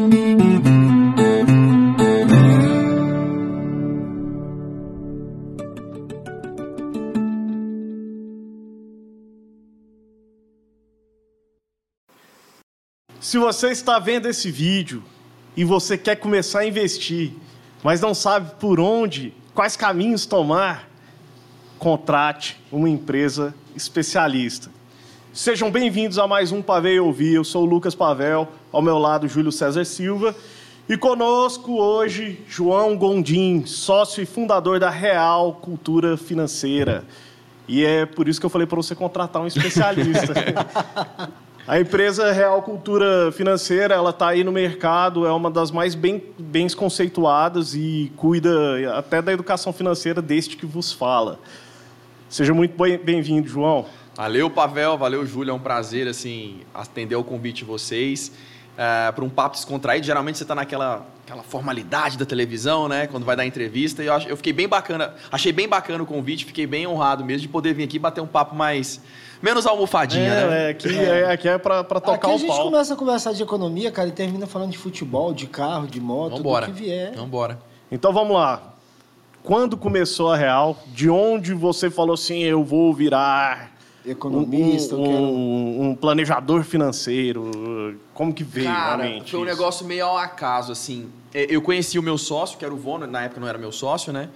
Se você está vendo esse vídeo e você quer começar a investir, mas não sabe por onde, quais caminhos tomar, contrate uma empresa especialista. Sejam bem-vindos a mais um Pavel e Ouvir. Eu sou o Lucas Pavel, ao meu lado Júlio César Silva. E conosco hoje, João Gondim, sócio e fundador da Real Cultura Financeira. E é por isso que eu falei para você contratar um especialista. A empresa Real Cultura Financeira, ela está aí no mercado, é uma das mais bem conceituadas e cuida até da educação financeira deste que vos fala. Seja muito bem-vindo, João. Valeu, Pavel, valeu, Júlio, é um prazer assim, atender o convite de vocês para um papo descontraído. Geralmente você está naquela formalidade da televisão, né, quando vai dar entrevista, e eu fiquei bem bacana, achei bem bacana o convite, fiquei bem honrado mesmo de poder vir aqui bater um papo menos almofadinha, né? Aqui é para tocar o pau. Aqui a gente começa a conversar de economia, cara, e termina falando de futebol, de carro, de moto, Vambora. do que vier. Vambora. Então vamos lá. Quando começou a Real? De onde você falou assim, eu vou virar economista, um planejador financeiro? Como que veio, realmente? Foi um negócio meio ao acaso, assim. Eu conheci o meu sócio, que era o Vono, na época não era meu sócio, né?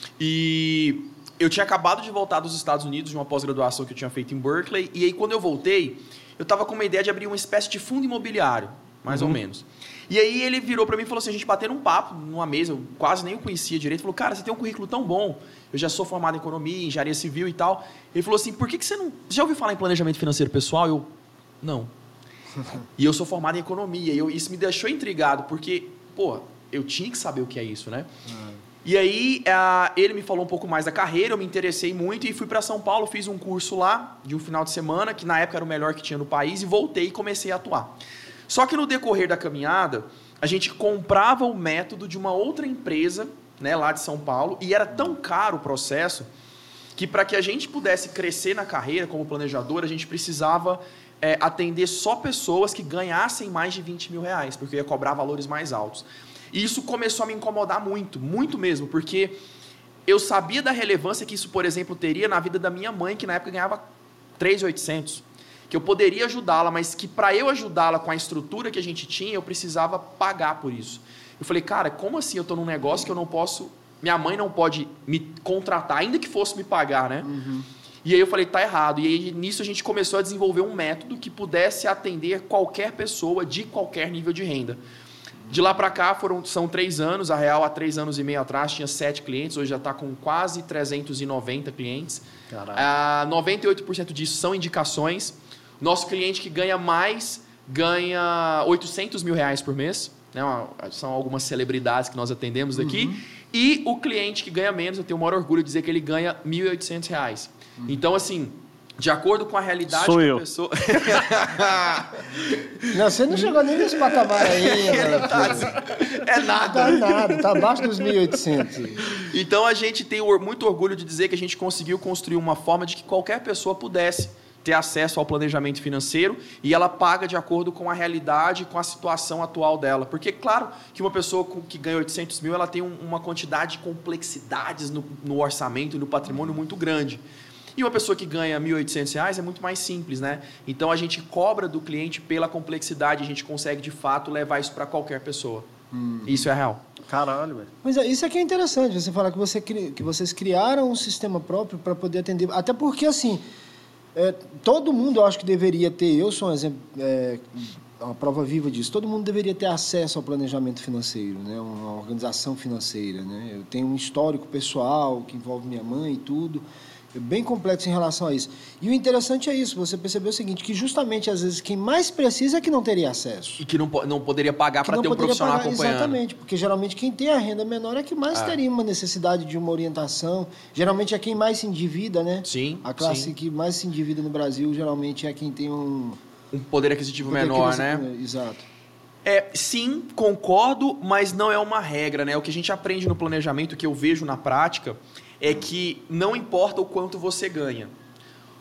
E eu tinha acabado de voltar dos Estados Unidos de uma pós-graduação que eu tinha feito em Berkeley, e aí quando eu voltei, eu estava com uma ideia de abrir uma espécie de fundo imobiliário, mais ou menos. E aí ele virou para mim e falou assim, a gente bateu um papo numa mesa, eu quase nem o conhecia direito, falou, cara, você tem um currículo tão bom, eu já sou formado em economia, engenharia civil e tal. Ele falou assim, por que você não... Você já ouviu falar em planejamento financeiro pessoal? Eu, não. E eu sou formado em economia, e isso me deixou intrigado, porque, pô, eu tinha que saber o que é isso, né? E aí, ele me falou um pouco mais da carreira, eu me interessei muito e fui para São Paulo, fiz um curso lá, de um final de semana, que na época era o melhor que tinha no país, e voltei e comecei a atuar. Só que no decorrer da caminhada, a gente comprava o método de uma outra empresa, né, lá de São Paulo, e era tão caro o processo, que para que a gente pudesse crescer na carreira como planejador, a gente precisava atender só pessoas que ganhassem mais de 20 mil reais, porque eu ia cobrar valores mais altos. E isso começou a me incomodar muito, muito mesmo, porque eu sabia da relevância que isso, por exemplo, teria na vida da minha mãe, que na época ganhava 3.800, que eu poderia ajudá-la, mas que para eu ajudá-la com a estrutura que a gente tinha, eu precisava pagar por isso. Eu falei, cara, como assim eu estou num negócio que eu não posso... Minha mãe não pode me contratar, ainda que fosse me pagar, né? E aí eu falei, tá errado. E aí nisso a gente começou a desenvolver um método que pudesse atender qualquer pessoa de qualquer nível de renda. De lá para cá são 3 anos, a Real há 3 anos e meio atrás tinha 7 clientes, hoje já está com quase 390 clientes. 98% disso são indicações. Nosso cliente que ganha mais ganha 800 mil reais por mês, né? São algumas celebridades que nós atendemos daqui. E o cliente que ganha menos, eu tenho o maior orgulho de dizer que ele ganha 1.800 reais. Então, assim... De acordo com a realidade da pessoa... Não, você não chegou nem nesse patamar aí. É nada. Tá abaixo dos 1.800. Então, a gente tem muito orgulho de dizer que a gente conseguiu construir uma forma de que qualquer pessoa pudesse ter acesso ao planejamento financeiro e ela paga de acordo com a realidade, com a situação atual dela. Porque, claro, que uma pessoa que ganha 800 mil, ela tem uma quantidade de complexidades no orçamento e no patrimônio muito grande. E uma pessoa que ganha R$1.800 é muito mais simples, né? Então, a gente cobra do cliente pela complexidade, a gente consegue, de fato, levar isso para qualquer pessoa. Isso é real. Caralho, velho. Mas isso aqui é interessante, você falar que vocês criaram um sistema próprio para poder atender... Até porque, assim, todo mundo, eu acho que deveria ter... Eu sou um exemplo, uma prova viva disso. Todo mundo deveria ter acesso ao planejamento financeiro, né? Uma organização financeira, né? Eu tenho um histórico pessoal que envolve minha mãe e tudo... É bem complexo em relação a isso. E o interessante é isso, você percebeu o seguinte, que justamente, às vezes, quem mais precisa é que não teria acesso. E que não poderia pagar para ter um profissional acompanhando. Exatamente, porque geralmente quem tem a renda menor é que mais teria uma necessidade de uma orientação. Geralmente é quem mais se endivida, né? Sim. A classe que mais se endivida no Brasil, geralmente é quem tem um poder aquisitivo menor, né? Exato. Sim, concordo, mas não é uma regra, né? O que a gente aprende no planejamento, que eu vejo na prática... é que não importa o quanto você ganha.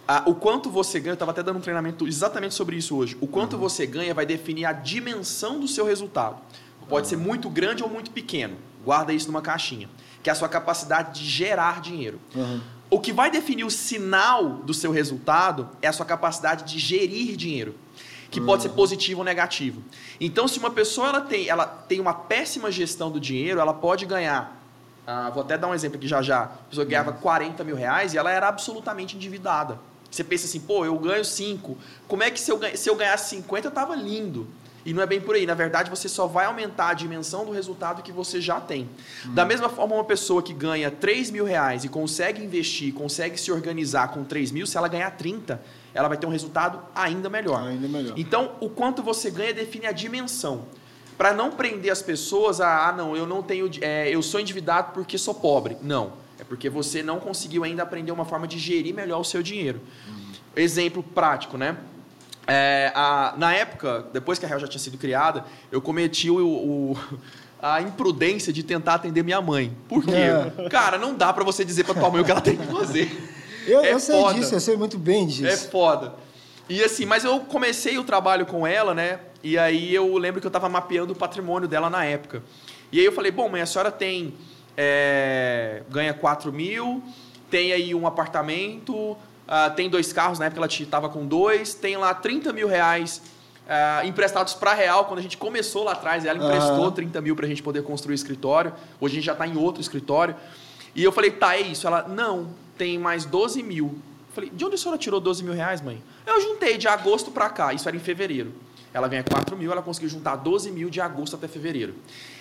O quanto você ganha, eu estava até dando um treinamento exatamente sobre isso hoje. O quanto você ganha vai definir a dimensão do seu resultado. Pode ser muito grande ou muito pequeno. Guarda isso numa caixinha. Que é a sua capacidade de gerar dinheiro. O que vai definir o sinal do seu resultado é a sua capacidade de gerir dinheiro. Que pode ser positivo ou negativo. Então, se uma pessoa ela tem uma péssima gestão do dinheiro, ela pode ganhar... vou até dar um exemplo aqui já. A pessoa ganhava 40 mil reais e ela era absolutamente endividada. Você pensa assim, pô, eu ganho 5. Como é que se eu ganhasse 50, eu estava lindo? E não é bem por aí. Na verdade, você só vai aumentar a dimensão do resultado que você já tem. Da mesma forma, uma pessoa que ganha 3 mil reais e consegue investir, consegue se organizar com 3 mil, se ela ganhar 30, ela vai ter um resultado ainda melhor. Ainda melhor. Então, o quanto você ganha define a dimensão. Para não prender as pessoas não, eu não tenho, eu sou endividado porque sou pobre. Não, é porque você não conseguiu ainda aprender uma forma de gerir melhor o seu dinheiro. Exemplo prático, né? Na época, depois que a Real já tinha sido criada, eu cometi a imprudência de tentar atender minha mãe. Por quê? Cara, não dá para você dizer para tua mãe o que ela tem que fazer. Eu sei disso, eu sei muito bem disso. É foda. E assim, mas eu comecei o trabalho com ela, né? E aí eu lembro que eu estava mapeando o patrimônio dela na época. E aí eu falei, bom, mãe, a senhora tem... ganha 4 mil, tem aí um apartamento, tem 2 carros, na época ela estava com 2, tem lá 30 mil reais emprestados para Real, quando a gente começou lá atrás, ela emprestou 30 mil para a gente poder construir o escritório, hoje a gente já está em outro escritório. E eu falei, tá, é isso. Ela, não, tem mais 12 mil. Eu falei, de onde a senhora tirou 12 mil reais, mãe? Eu juntei de agosto para cá, isso era em fevereiro. Ela ganha 4 mil, ela conseguiu juntar 12 mil de agosto até fevereiro.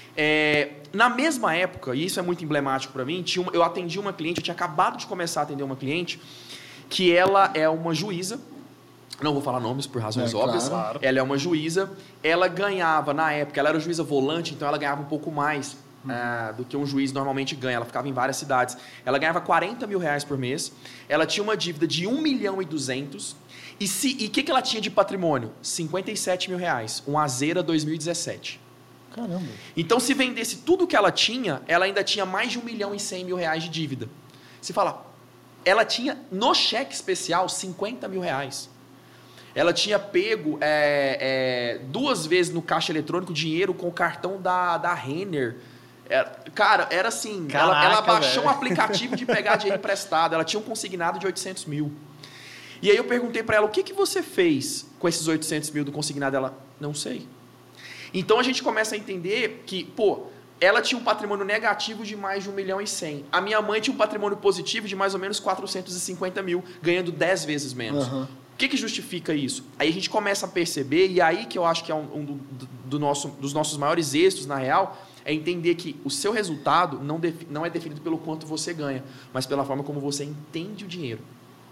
Na mesma época, e isso é muito emblemático para mim, eu atendi uma cliente, eu tinha acabado de começar a atender uma cliente, que ela é uma juíza, não vou falar nomes por razões óbvias, claro. Ela é uma juíza, ela ganhava, na época, ela era juíza volante, então ela ganhava um pouco mais do que um juiz normalmente ganha, ela ficava em várias cidades. Ela ganhava 40 mil reais por mês, ela tinha uma dívida de 1 milhão e 200, e o que ela tinha de patrimônio? 57 mil reais, um Azera 2017. Caramba. Então, se vendesse tudo que ela tinha, ela ainda tinha mais de 1 milhão e 100 mil reais de dívida. Você fala, ela tinha no cheque especial 50 mil reais. Ela tinha pego 2 vezes no caixa eletrônico dinheiro com o cartão da Renner. Cara, era assim, Caraca, ela baixou velho. um aplicativo de pegar dinheiro emprestado, ela tinha um consignado de 800 mil. E aí eu perguntei para ela, o que você fez com esses 800 mil do consignado? Ela, não sei. Então a gente começa a entender que, ela tinha um patrimônio negativo de mais de 1 milhão e 100. A minha mãe tinha um patrimônio positivo de mais ou menos 450 mil, ganhando 10 vezes menos. O que justifica isso? Aí a gente começa a perceber, e aí que eu acho que é dos nossos maiores êxitos, na real, é entender que o seu resultado não é definido pelo quanto você ganha, mas pela forma como você entende o dinheiro.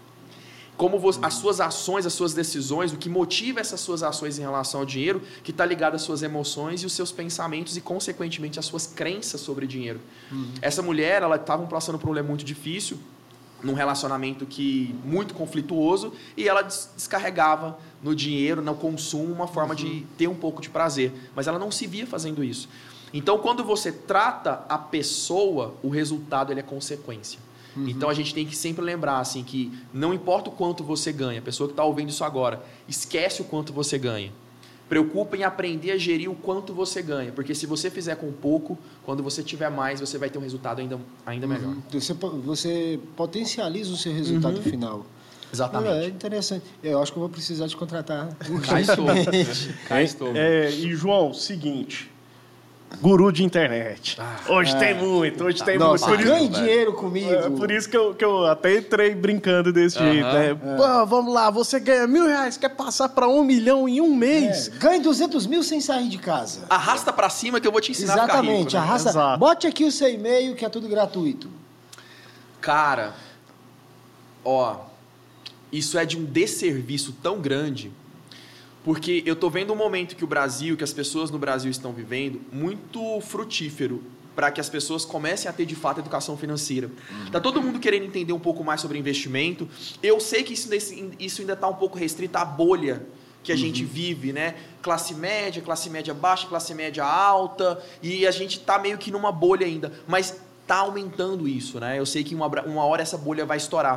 As suas ações, as suas decisões, o que motiva essas suas ações em relação ao dinheiro, que está ligado às suas emoções e os seus pensamentos e, consequentemente, às suas crenças sobre dinheiro. Essa mulher, ela estava passando por um problema muito difícil, num relacionamento muito conflituoso, e ela descarregava no dinheiro, no consumo, uma forma de ter um pouco de prazer. Mas ela não se via fazendo isso. Então, quando você trata a pessoa, o resultado ele é consequência. Então, a gente tem que sempre lembrar assim, que não importa o quanto você ganha, a pessoa que está ouvindo isso agora, esquece o quanto você ganha. Preocupa em aprender a gerir o quanto você ganha, porque se você fizer com pouco, quando você tiver mais, você vai ter um resultado ainda melhor. Você potencializa o seu resultado final. Exatamente. É interessante. Eu acho que eu vou precisar te contratar. Cá estou. E, João, seguinte... Guru de internet. Hoje tem muito. Ganhe dinheiro comigo. Por isso que eu até entrei brincando desse jeito, né? Pô, vamos lá, você ganha R$1.000, quer passar para 1 milhão em um mês? Ganhe 200 mil sem sair de casa. Arrasta para cima que eu vou te ensinar Exatamente, a ficar rico. Né? Arrasta. Exato. Bote aqui o seu e-mail que é tudo gratuito. Cara, isso é de um desserviço tão grande... Porque eu estou vendo um momento que que as pessoas no Brasil estão vivendo, muito frutífero para que as pessoas comecem a ter, de fato, educação financeira. Está todo mundo querendo entender um pouco mais sobre investimento. Eu sei que isso ainda está um pouco restrito à bolha que a gente vive, né? Classe média baixa, classe média alta, e a gente está meio que numa bolha ainda. Mas está aumentando isso, né? Eu sei que uma hora essa bolha vai estourar.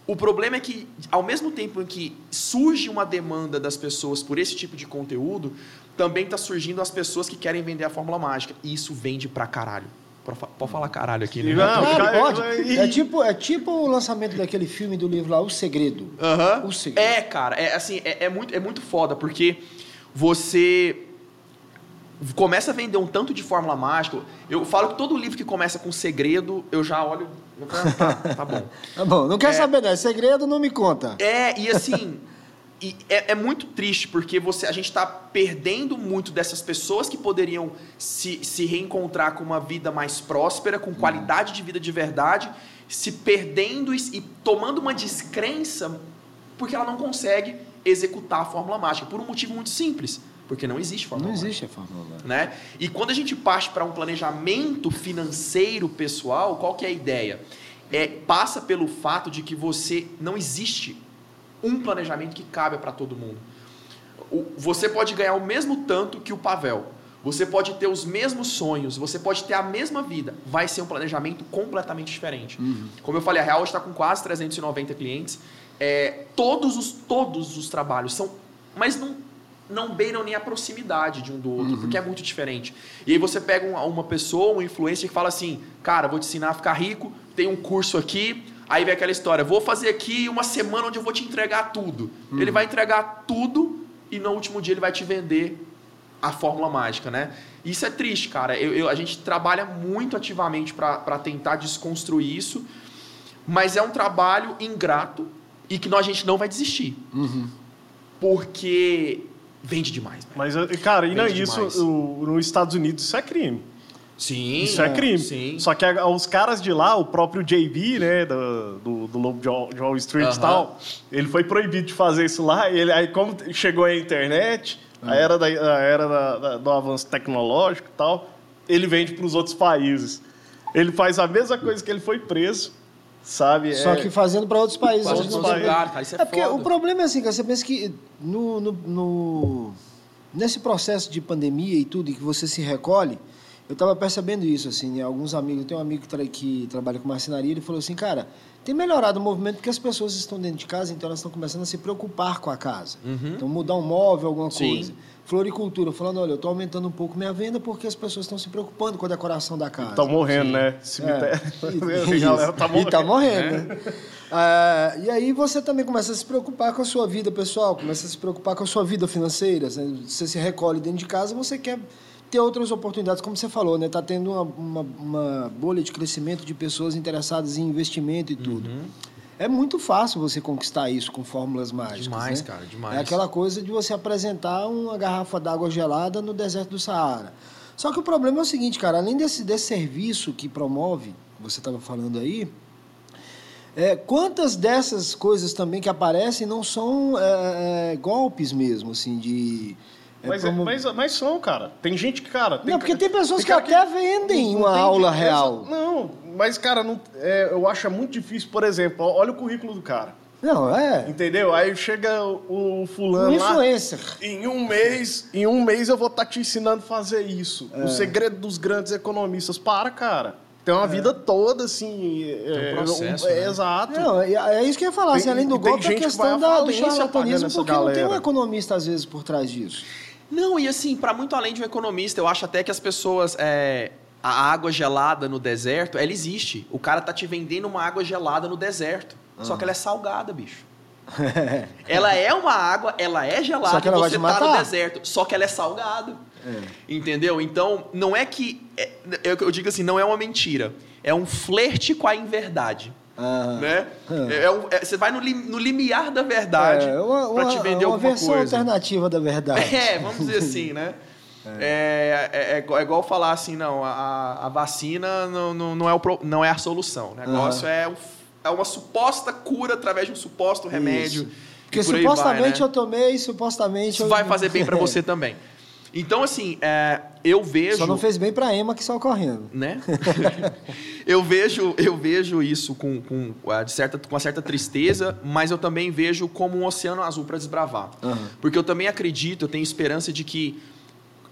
O problema é que, ao mesmo tempo em que surge uma demanda das pessoas por esse tipo de conteúdo, também está surgindo as pessoas que querem vender a fórmula mágica. E isso vende pra caralho. Pode falar caralho aqui, né? Não, Claro, pode. É tipo o lançamento daquele filme do livro lá, O Segredo. Uhum. O Segredo. Cara, é muito foda, porque você começa a vender um tanto de fórmula mágica. Eu falo que todo livro que começa com segredo, eu já olho... Tá bom. Tá bom, não quer saber, né? Segredo, não me conta. E assim... É muito triste, porque a gente está perdendo muito dessas pessoas que poderiam se reencontrar com uma vida mais próspera, com qualidade de vida de verdade, se perdendo e tomando uma descrença porque ela não consegue executar a fórmula mágica, por um motivo muito simples, porque não existe fórmula mágica. Não existe a fórmula mágica. Né? E quando a gente parte para um planejamento financeiro pessoal, qual que é a ideia? Passa pelo fato de que não existe um planejamento que cabe para todo mundo. Você pode ganhar o mesmo tanto que o Pavel. Você pode ter os mesmos sonhos. Você pode ter a mesma vida. Vai ser um planejamento completamente diferente. Como eu falei, a Real hoje está com quase 390 clientes. Todos os trabalhos são... Mas não beiram nem a proximidade de um do outro, porque é muito diferente. E aí você pega uma pessoa, um influencer que fala assim, cara, vou te ensinar a ficar rico, tem um curso aqui... Aí vem aquela história, vou fazer aqui uma semana onde eu vou te entregar tudo. Ele vai entregar tudo e no último dia ele vai te vender a fórmula mágica, né? Isso é triste, cara. A gente trabalha muito ativamente para tentar desconstruir isso, mas é um trabalho ingrato e que a gente não vai desistir. Porque vende demais. Mas, cara, e não é isso, nos Estados Unidos isso é crime. Sim. Isso é crime. Sim. Só que os caras de lá, o próprio JB, né, do Lobo de Wall Street e tal, ele foi proibido de fazer isso lá. Aí como chegou a internet, a era do avanço tecnológico e tal, ele vende para os outros países. Ele faz a mesma coisa que ele foi preso, sabe? Só que fazendo para outros países. Cara, isso é porque foda. o problema é assim, que você pensa que nesse processo de pandemia e tudo, e que você se recolhe, eu estava percebendo isso, assim, alguns amigos, tem um amigo que trabalha com marcenaria, ele falou assim, cara, tem melhorado o movimento porque as pessoas estão dentro de casa, então elas estão começando a se preocupar com a casa. Então, mudar um móvel, alguma coisa. Floricultura, falando, olha, eu estou aumentando um pouco minha venda porque as pessoas estão se preocupando com a decoração da casa. Estão morrendo, né? Cemitério. A galera tá morrendo. E está morrendo, né? E aí você também começa a se preocupar com a sua vida pessoal, começa a se preocupar com a sua vida financeira. Você se recolhe dentro de casa, você quer ter outras oportunidades, como você falou, né? Está tendo uma bolha de crescimento de pessoas interessadas em investimento e tudo. É muito fácil você conquistar isso com fórmulas mágicas. Demais, né? cara, demais. É aquela coisa de você apresentar uma garrafa d'água gelada no deserto do Saara. Só que o problema é o seguinte, cara, além desse serviço que promove, você estava falando aí, quantas dessas coisas também que aparecem não são golpes mesmo, assim, de... Mas são, cara. Tem gente que, cara... Não, porque tem pessoas que até vendem uma aula real. Não, mas, cara, eu acho muito difícil, por exemplo, olha o currículo do cara. Não, Entendeu? Aí chega o fulano um influencer. Lá, em um mês eu vou estar te ensinando a fazer isso. O segredo dos grandes economistas. Para, cara. Tem uma vida toda, assim... um processo, né? Exato. Não, é isso que eu ia falar. Assim, além do golpe, a questão do charlatanismo, porque não tem um economista, às vezes, por trás disso. Não, e assim, para muito além de um economista, eu acho até que as pessoas... a água gelada no deserto, ela existe. O cara tá te vendendo uma água gelada no deserto. Só que ela é salgada, bicho. Ela é uma água, ela é gelada, e você tá no deserto. Só que ela é salgada. Entendeu? Então, não é que... eu digo assim, não é uma mentira. É um flerte com a inverdade. Né? Você vai no limiar da verdade para te vender alguma coisa. Uma versão alternativa da verdade. Vamos dizer assim, né? É igual falar assim, não, a vacina não é a solução. O negócio é uma suposta cura através de um suposto remédio. Isso. Porque supostamente eu tomei, supostamente... Isso vai fazer bem para você também. Então, assim, eu vejo... Só não fez bem para a Emma que saiu correndo. Né? eu vejo isso com uma certa tristeza, mas eu também vejo como um oceano azul para desbravar. Porque eu também acredito, eu tenho esperança de que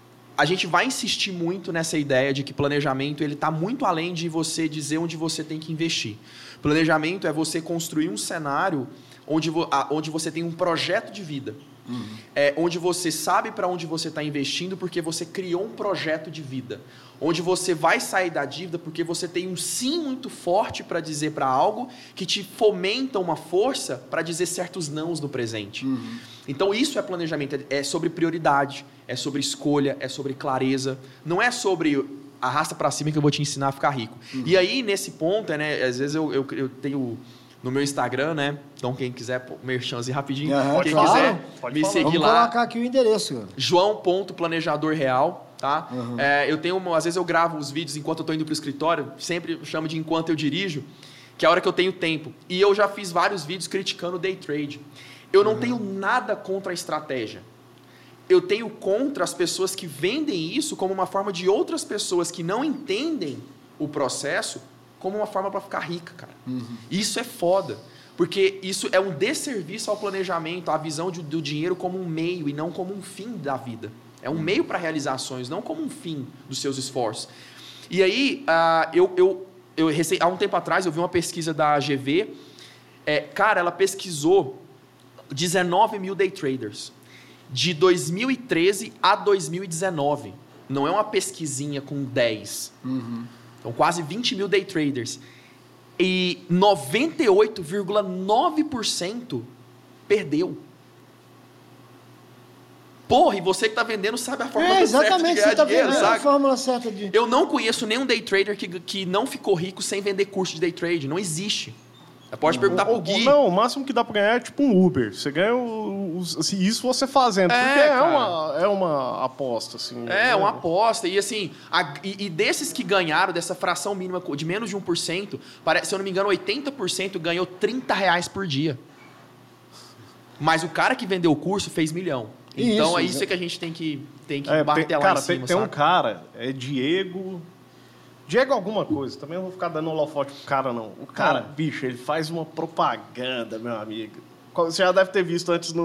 a gente vai insistir muito nessa ideia de que planejamento ele está muito além de você dizer onde você tem que investir. Planejamento é você construir um cenário onde você tem um projeto de vida. Onde você sabe para onde você está investindo porque você criou um projeto de vida. Onde você vai sair da dívida porque você tem um sim muito forte para dizer para algo que te fomenta uma força para dizer certos nãos no presente. Então isso é planejamento, é sobre prioridade, é sobre escolha, é sobre clareza. Não é sobre arrasta para cima que eu vou te ensinar a ficar rico. E aí nesse ponto, né, às vezes eu tenho... no meu Instagram, né? Então, quem quiser, merchanzinho rapidinho. Quem quiser me seguir lá. Vamos colocar aqui o endereço. Cara. João.planejadorreal, tá? Eu tenho, às vezes eu gravo os vídeos enquanto eu estou indo para o escritório, sempre chamo de enquanto eu dirijo, que é a hora que eu tenho tempo. E eu já fiz vários vídeos criticando o day trade. Eu não tenho nada contra a estratégia. Eu tenho contra as pessoas que vendem isso como uma forma de outras pessoas que não entendem o processo como uma forma para ficar rica, cara. Isso é foda, porque isso é um desserviço ao planejamento, à visão do dinheiro como um meio e não como um fim da vida. É um meio para realizações, não como um fim dos seus esforços. E aí, há um tempo atrás, eu vi uma pesquisa da GV, cara, ela pesquisou 19 mil day traders, de 2013 a 2019. Não é uma pesquisinha com 10. Então, quase 20 mil day traders. E 98,9% perdeu. Porra, e você que está vendendo sabe a fórmula certa de ganhar dinheiro, sabe? A fórmula certa de... Eu não conheço nenhum day trader que não ficou rico sem vender curso de day trade. Não existe. Pode perguntar pro Gui. Não, o máximo que dá para ganhar é tipo um Uber. Você ganha assim, isso você fazendo. Porque é uma aposta. Assim, uma aposta. E assim, e desses que ganharam, dessa fração mínima de menos de 1%, se eu não me engano, 80% ganhou R$30 por dia. Mas o cara que vendeu o curso fez $1 milhão. Então é isso que a gente tem que martelar em cima. Tem um cara, Diego alguma coisa, também não vou ficar dando holofote pro cara, não. O cara, bicho, ele faz uma propaganda, meu amigo. Você já deve ter visto antes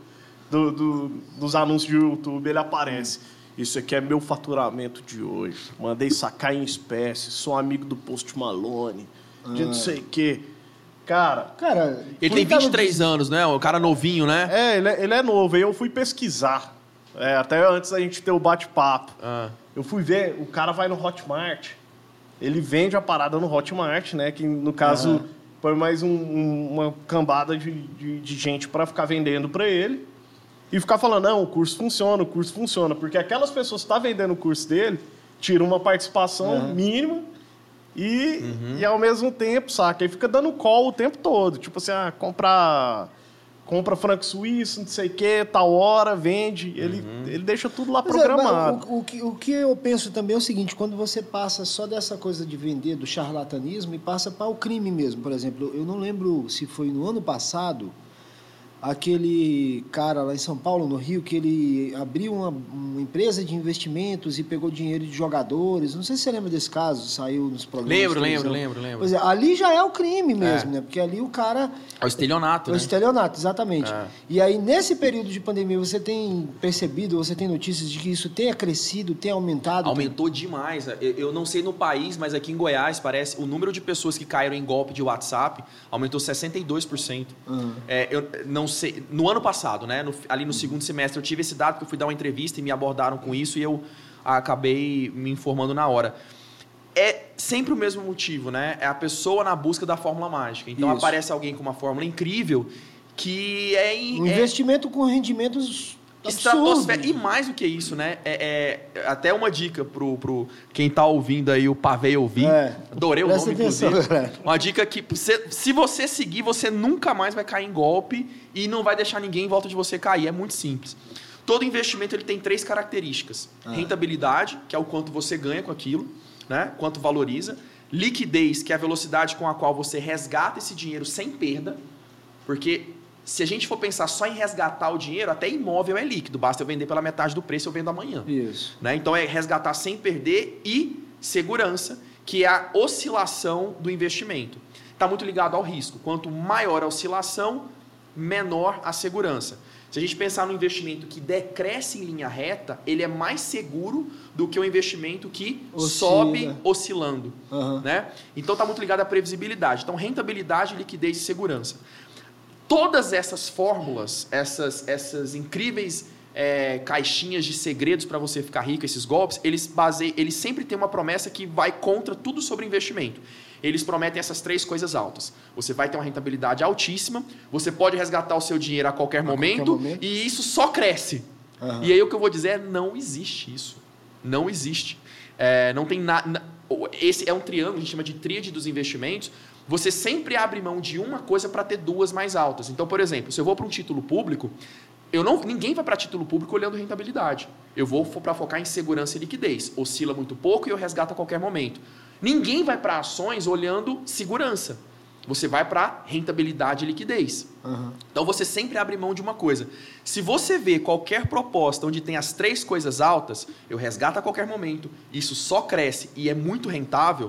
dos anúncios do YouTube, ele aparece. Isso aqui é meu faturamento de hoje. Mandei sacar em espécie, sou amigo do Post Malone, de não sei o quê. Cara, ele tem 23 anos, né? O cara novinho, né? Ele é novo. Aí eu fui pesquisar, até antes da gente ter o bate-papo. Eu fui ver, o cara vai no Hotmart. Ele vende a parada no Hotmart, né? Que no caso põe mais uma cambada de gente para ficar vendendo para ele e ficar falando, não, o curso funciona. Porque aquelas pessoas que estão vendendo o curso dele tiram uma participação mínima e ao mesmo tempo, saca? Aí fica dando call o tempo todo. Tipo assim, compra franco suíço, não sei o que, tal hora, vende. Ele deixa tudo lá programado. O que eu penso também é o seguinte, quando você passa só dessa coisa de vender, do charlatanismo, e passa para o crime mesmo. Por exemplo, eu não lembro se foi no ano passado, aquele cara lá em São Paulo, no Rio, que ele abriu uma empresa de investimentos e pegou dinheiro de jogadores. Não sei se você lembra desse caso, saiu nos programas. Lembro. Pois é, ali já é o crime mesmo, né? Porque ali o cara... É o estelionato, né? O estelionato, exatamente. E aí, nesse período de pandemia, você tem percebido, você tem notícias de que isso tenha crescido, tenha aumentado? Aumentou demais. Eu não sei no país, mas aqui em Goiás, parece, o número de pessoas que caíram em golpe de WhatsApp aumentou 62%. Eu não sei, no ano passado, né? Ali no segundo semestre, eu tive esse dado, porque eu fui dar uma entrevista e me abordaram com isso e eu acabei me informando na hora. É sempre o mesmo motivo, né? É a pessoa na busca da fórmula mágica. Então aparece alguém com uma fórmula incrível que um investimento com rendimentos estratosféricos. E mais do que isso, né? Até uma dica pro quem tá ouvindo aí o Pavei ouvir. Adorei o nome, inclusive. Uma dica que se você seguir, você nunca mais vai cair em golpe e não vai deixar ninguém em volta de você cair. É muito simples. Todo investimento ele tem 3 características. Rentabilidade, que é o quanto você ganha com aquilo, né? Quanto valoriza. Liquidez, que é a velocidade com a qual você resgata esse dinheiro sem perda. Porque se a gente for pensar só em resgatar o dinheiro, até imóvel é líquido. Basta eu vender pela metade do preço, eu vendo amanhã. Isso. Né? Então é resgatar sem perder e segurança, que é a oscilação do investimento. Está muito ligado ao risco. Quanto maior a oscilação, menor a segurança. Se a gente pensar no investimento que decresce em linha reta, ele é mais seguro do que o investimento que sobe oscilando. Né? Então está muito ligado à previsibilidade. Então, rentabilidade, liquidez e segurança. Todas essas fórmulas, essas incríveis caixinhas de segredos para você ficar rico, esses golpes, eles sempre têm uma promessa que vai contra tudo sobre investimento. Eles prometem essas 3 coisas altas. Você vai ter uma rentabilidade altíssima, você pode resgatar o seu dinheiro a qualquer momento e isso só cresce. E aí o que eu vou dizer é, não existe isso. Não existe. Não tem nada. Esse é um triângulo, a gente chama de tríade dos investimentos. Você sempre abre mão de uma coisa para ter 2 mais altas. Então, por exemplo, se eu vou para um título público, ninguém vai para título público olhando rentabilidade. Eu vou para focar em segurança e liquidez. Oscila muito pouco e eu resgato a qualquer momento. Ninguém vai para ações olhando segurança. Você vai para rentabilidade e liquidez. Então você sempre abre mão de uma coisa. Se você vê qualquer proposta onde tem as 3 coisas altas, eu resgato a qualquer momento, isso só cresce e é muito rentável,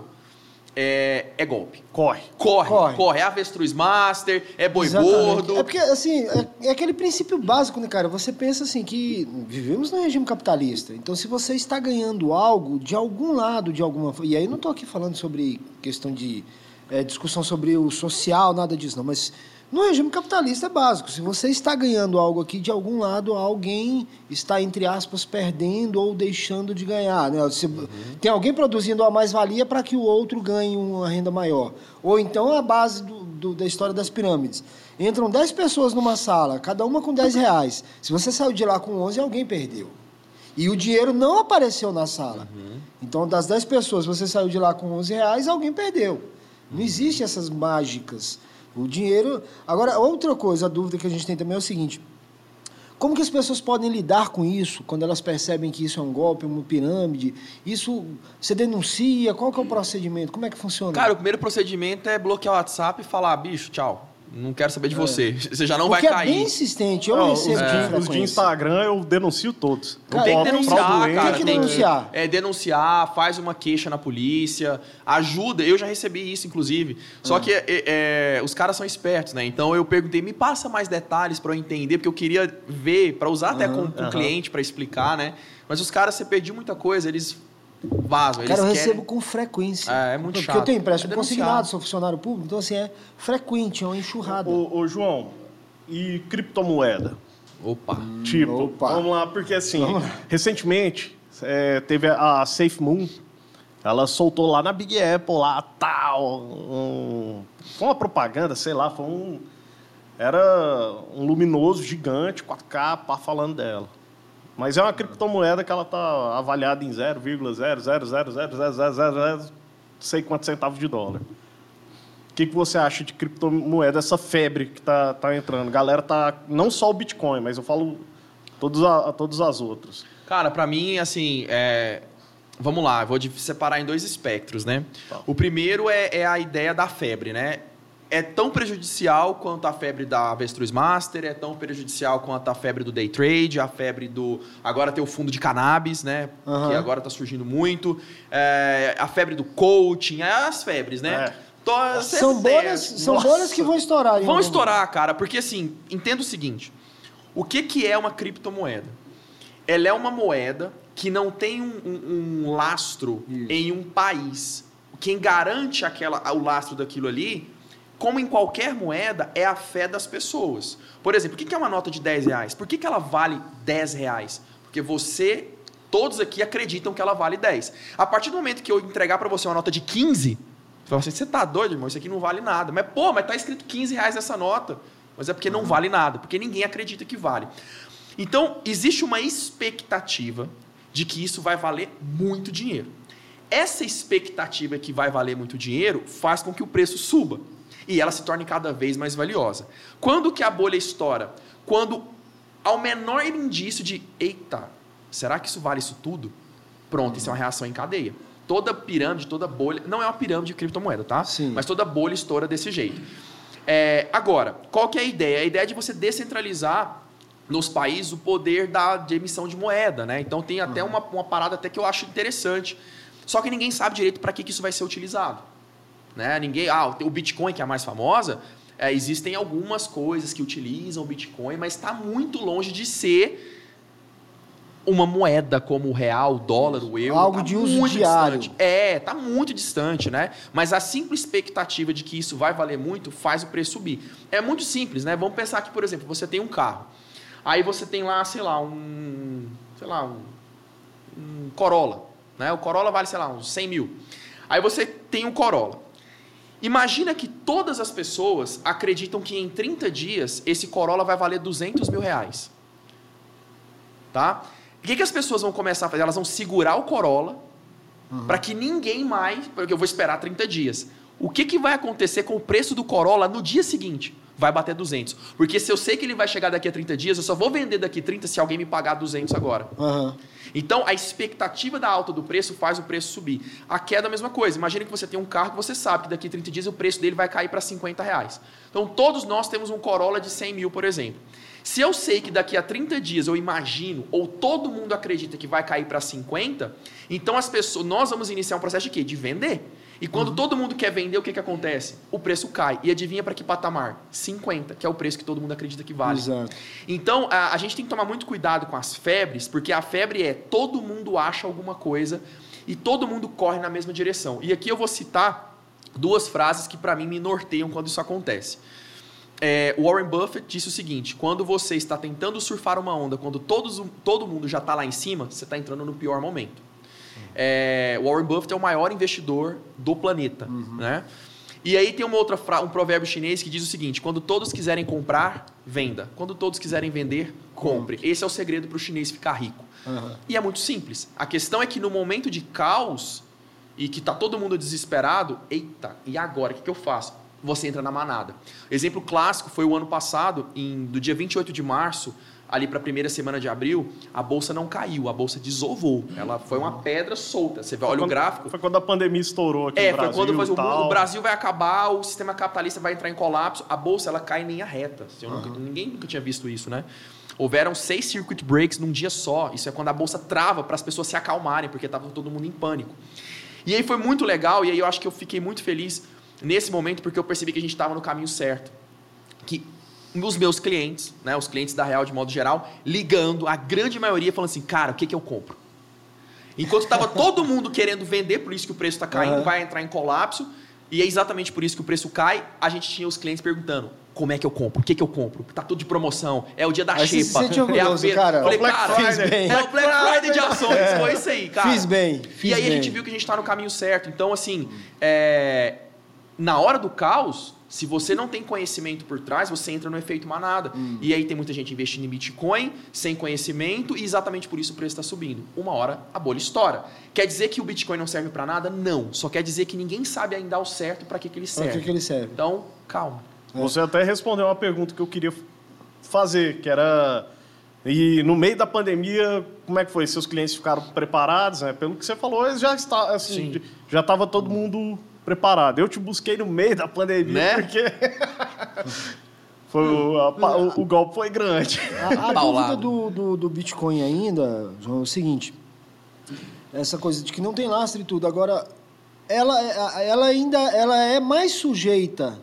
é golpe. Corre. É avestruz master, é boi gordo. É porque, assim, é aquele princípio básico, né, cara? Você pensa assim que vivemos num regime capitalista. Então, se você está ganhando algo de algum lado, de alguma forma... E aí não estou aqui falando sobre questão de discussão sobre o social, nada disso, não. Mas no regime capitalista é básico. Se você está ganhando algo aqui, de algum lado, alguém está, entre aspas, perdendo ou deixando de ganhar. Né? Tem alguém produzindo a mais-valia para que o outro ganhe uma renda maior. Ou então a base da história das pirâmides. Entram 10 pessoas numa sala, cada uma com R$10. Se você saiu de lá com 11, alguém perdeu. E o dinheiro não apareceu na sala. Então, das 10 pessoas, você saiu de lá com R$11, alguém perdeu. Não existem essas mágicas. O dinheiro... Agora, outra coisa, a dúvida que a gente tem também é o seguinte: como que as pessoas podem lidar com isso, quando elas percebem que isso é um golpe, uma pirâmide? Isso, você denuncia? Qual que é o procedimento? Como é que funciona? Cara, o primeiro procedimento é bloquear o WhatsApp e falar, bicho, tchau. Não quero saber de você. Você já não vai cair. Porque é bem insistente. Eu recebo os de Instagram eu denuncio todos. Cara, tem que denunciar, cara. Tem que denunciar. Denunciar, faz uma queixa na polícia, ajuda. Eu já recebi isso, inclusive. Só que os caras são espertos, né? Então eu perguntei, me passa mais detalhes para eu entender, porque eu queria ver, para usar até com o cliente para explicar, né? Mas os caras, você pediu muita coisa, eles vazam. Cara, eu recebo com frequência. É muito chato. Porque eu tenho empréstimo consignado, sou funcionário público, então assim, é frequente, é uma enxurrada. Ô João, e criptomoeda? Vamos lá, porque assim, recentemente teve a SafeMoon, ela soltou lá na Big Apple, lá tal, foi uma propaganda, sei lá, era um luminoso gigante, 4K, falando dela. Mas é uma criptomoeda que ela está avaliada em 0,0000000 sei quantos centavos de dólar. O que você acha de criptomoeda, essa febre que tá entrando? Galera não só o Bitcoin, mas eu falo todas as outras. Cara, para mim, assim, vamos lá, eu vou separar em 2 espectros, né? Tá. O primeiro é a ideia da febre, né? É tão prejudicial quanto a febre da Avestruz Master, é tão prejudicial quanto a febre do day trade, a febre do... Agora tem o fundo de cannabis, né? Que agora está surgindo muito. A febre do coaching, as febres, né? São bolhas que vão estourar. Vão estourar, cara, porque assim, entenda o seguinte. O que é uma criptomoeda? Ela é uma moeda que não tem um lastro em um país. Quem garante o lastro daquilo ali... Como em qualquer moeda, é a fé das pessoas. Por exemplo, o que é uma nota de R$10? Por que ela vale R$10? Porque todos aqui acreditam que ela vale 10. A partir do momento que eu entregar para você uma nota de 15, você fala assim, você tá doido, irmão? Isso aqui não vale nada. Mas tá escrito R$15 nessa nota. Mas é porque não vale nada, porque ninguém acredita que vale. Então, existe uma expectativa de que isso vai valer muito dinheiro. Essa expectativa que vai valer muito dinheiro faz com que o preço suba. E ela se torne cada vez mais valiosa. Quando que a bolha estoura? Quando, ao menor indício de, eita, será que isso vale isso tudo? Pronto, isso é uma reação em cadeia. Toda pirâmide, toda bolha, não é uma pirâmide de criptomoeda, tá? Sim. Mas toda bolha estoura desse jeito. Agora, qual que é a ideia? A ideia é de você descentralizar nos países o poder de emissão de moeda, né? Então tem até uma parada até que eu acho interessante. Só que ninguém sabe direito para que isso vai ser utilizado. Né? O Bitcoin, que é a mais famosa, Existem algumas coisas que utilizam o Bitcoin, mas está muito longe de ser uma moeda como o real, o dólar, o euro. Algo de uso diário. Distante. Tá muito distante, né? Mas a simples expectativa de que isso vai valer muito faz o preço subir. É muito simples, né? Vamos pensar que, por exemplo, você tem um carro. Aí você tem lá, um Corolla, né? O Corolla vale, uns 100 mil. Aí você tem um Corolla. Imagina que todas as pessoas acreditam que em 30 dias esse Corolla vai valer 200 mil reais. Tá? O que as pessoas vão começar a fazer? Elas vão segurar o Corolla para que ninguém mais... Porque eu vou esperar 30 dias. O que vai acontecer com o preço do Corolla no dia seguinte? Vai bater 200. Porque se eu sei que ele vai chegar daqui a 30 dias, eu só vou vender daqui a 30 se alguém me pagar 200 agora. Então, a expectativa da alta do preço faz o preço subir. A queda é a mesma coisa. Imagina que você tem um carro que você sabe que daqui a 30 dias o preço dele vai cair para 50 reais. Então, todos nós temos um Corolla de 100 mil, por exemplo. Se eu sei que daqui a 30 dias eu imagino, ou todo mundo acredita que vai cair para 50, então nós vamos iniciar um processo de quê? De vender. E quando todo mundo quer vender, o que acontece? O preço cai. E adivinha para que patamar? 50, que é o preço que todo mundo acredita que vale. Exato. Então, a gente tem que tomar muito cuidado com as febres, porque a febre é todo mundo acha alguma coisa e todo mundo corre na mesma direção. E aqui eu vou citar 2 frases que para mim me norteiam quando isso acontece. O Warren Buffett disse o seguinte: quando você está tentando surfar uma onda, quando todo mundo já está lá em cima, você está entrando no pior momento. O Warren Buffett é o maior investidor do planeta. Né? E aí tem um provérbio chinês que diz o seguinte: quando todos quiserem comprar, venda. Quando todos quiserem vender, compre. Esse é o segredo para o chinês ficar rico. E é muito simples. A questão é que no momento de caos e que está todo mundo desesperado, eita, e agora? O que eu faço? Você entra na manada. Exemplo clássico foi o ano passado, do dia 28 de março, ali para a primeira semana de abril, a bolsa não caiu, a bolsa desovou. Ela foi uma pedra solta. Você olha o gráfico. Foi quando a pandemia estourou aqui no Brasil. Foi quando o Brasil vai acabar, o sistema capitalista vai entrar em colapso, a bolsa ela cai em linha reta. Ninguém nunca tinha visto isso, né? Houveram 6 circuit breaks num dia só. Isso é quando a bolsa trava para as pessoas se acalmarem, porque estava todo mundo em pânico. E aí foi muito legal, e aí eu acho que eu fiquei muito feliz nesse momento, porque eu percebi que a gente estava no caminho certo. Que os meus clientes, né, os clientes da Real de modo geral, ligando, a grande maioria falando assim: cara, o que eu compro? Enquanto estava todo mundo querendo vender, por isso que o preço está caindo, vai entrar em colapso, e é exatamente por isso que o preço cai, a gente tinha os clientes perguntando: como é que eu compro? O que eu compro? Tá tudo de promoção, é o dia da xepa, é a feira. Cara, falei, cara, fiz bem. É o Black Friday de ações, foi isso aí, cara. Fiz bem. E aí a gente viu que a gente está no caminho certo. Então, assim, na hora do caos, se você não tem conhecimento por trás, você entra no efeito manada. E aí tem muita gente investindo em Bitcoin, sem conhecimento, e exatamente por isso o preço está subindo. Uma hora a bolha estoura. Quer dizer que o Bitcoin não serve para nada? Não. Só quer dizer que ninguém sabe ainda ao certo para que ele serve. Para que ele serve. Então, calma. Você até respondeu uma pergunta que eu queria fazer, que era... E no meio da pandemia, como é que foi? Seus clientes ficaram preparados? Né? Pelo que você falou, eles já estavam, assim, já estava todo mundo preparado. Eu te busquei no meio da pandemia, né? Porque o golpe foi grande. A dúvida do Bitcoin ainda, João, é o seguinte: essa coisa de que não tem lastro e tudo. Agora, ela é mais sujeita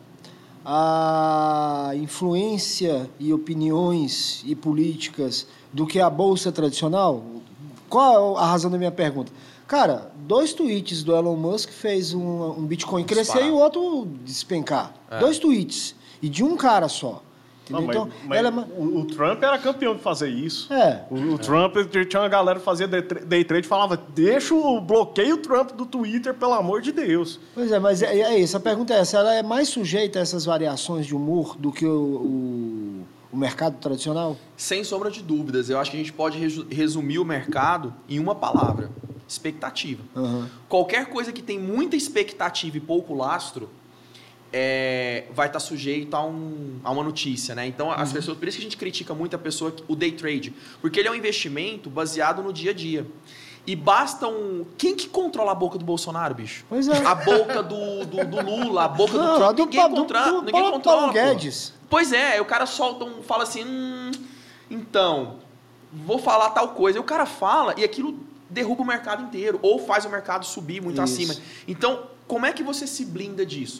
a influência e opiniões e políticas do que a bolsa tradicional? Qual a razão da minha pergunta? Cara, 2 tweets do Elon Musk fez um Bitcoin crescer e o outro despencar. 2 tweets. E de um cara só. Não, mas o Trump era campeão de fazer isso. O Trump tinha uma galera que fazia day trade e falava: bloqueia o Trump do Twitter, pelo amor de Deus. Pois é, mas é isso. A pergunta é essa: ela é mais sujeita a essas variações de humor do que o mercado tradicional? Sem sombra de dúvidas. Eu acho que a gente pode resumir o mercado em uma palavra: expectativa. Qualquer coisa que tem muita expectativa e pouco lastro vai estar sujeito a uma notícia, né? Então, as pessoas, por isso que a gente critica muito a pessoa, o day trade, porque ele é um investimento baseado no dia a dia. E basta quem que controla a boca do Bolsonaro, bicho? Pois é. A boca do Lula, a boca do Trump, ninguém controla. Paulo Guedes. Pois é, o cara fala assim, então, vou falar tal coisa. E o cara fala e aquilo derruba o mercado inteiro, ou faz o mercado subir muito acima. Então, como é que você se blinda disso?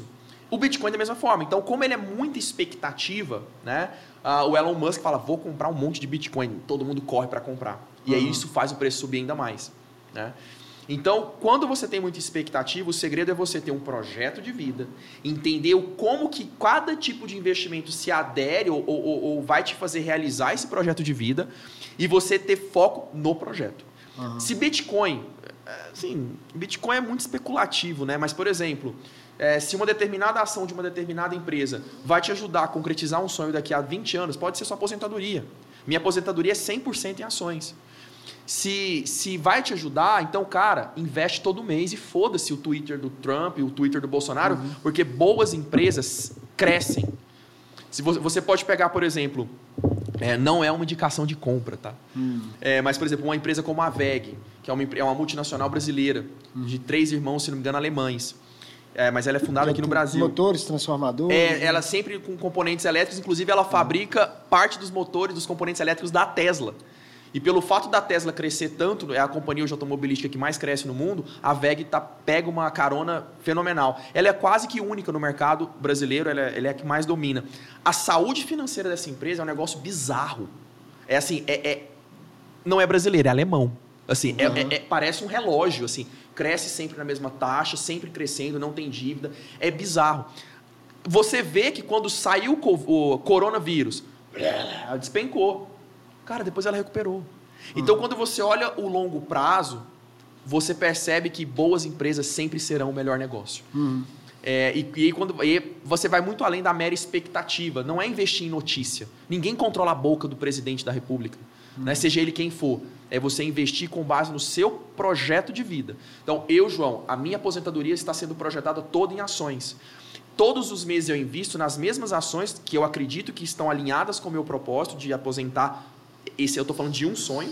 O Bitcoin da mesma forma. Então, como ele é muita expectativa, né? O Elon Musk fala, vou comprar um monte de Bitcoin. Todo mundo corre para comprar. E aí isso faz o preço subir ainda mais, né? Então, quando você tem muita expectativa, o segredo é você ter um projeto de vida, entender como que cada tipo de investimento se adere ou vai te fazer realizar esse projeto de vida e você ter foco no projeto. Se Bitcoin... Assim, Bitcoin é muito especulativo, né? Mas, por exemplo, se uma determinada ação de uma determinada empresa vai te ajudar a concretizar um sonho daqui a 20 anos, pode ser sua aposentadoria. Minha aposentadoria é 100% em ações. Se vai te ajudar, então, cara, investe todo mês e foda-se o Twitter do Trump e o Twitter do Bolsonaro, porque boas empresas crescem. Se você pode pegar, por exemplo, não é uma indicação de compra, tá? Mas, por exemplo, uma empresa como a WEG, que é uma multinacional brasileira, de 3 irmãos, se não me engano, alemães. Mas ela é fundada aqui no Brasil. Motores, transformadores. Ela sempre com componentes elétricos, inclusive ela fabrica parte dos motores, dos componentes elétricos da Tesla. E pelo fato da Tesla crescer tanto, é a companhia automobilística que mais cresce no mundo, a WEG pega uma carona fenomenal. Ela é quase que única no mercado brasileiro, ela é a que mais domina. A saúde financeira dessa empresa é um negócio bizarro. Não é brasileiro, é alemão. Assim, parece um relógio, assim, cresce sempre na mesma taxa, sempre crescendo, não tem dívida, é bizarro. Você vê que quando saiu o coronavírus, ela despencou. Cara, depois ela recuperou. Então, quando você olha o longo prazo, você percebe que boas empresas sempre serão o melhor negócio. E você vai muito além da mera expectativa. Não é investir em notícia. Ninguém controla a boca do presidente da República, né? Seja ele quem for. É você investir com base no seu projeto de vida. Então, João, a minha aposentadoria está sendo projetada toda em ações. Todos os meses eu invisto nas mesmas ações que eu acredito que estão alinhadas com o meu propósito de aposentar. Eu estou falando de um sonho.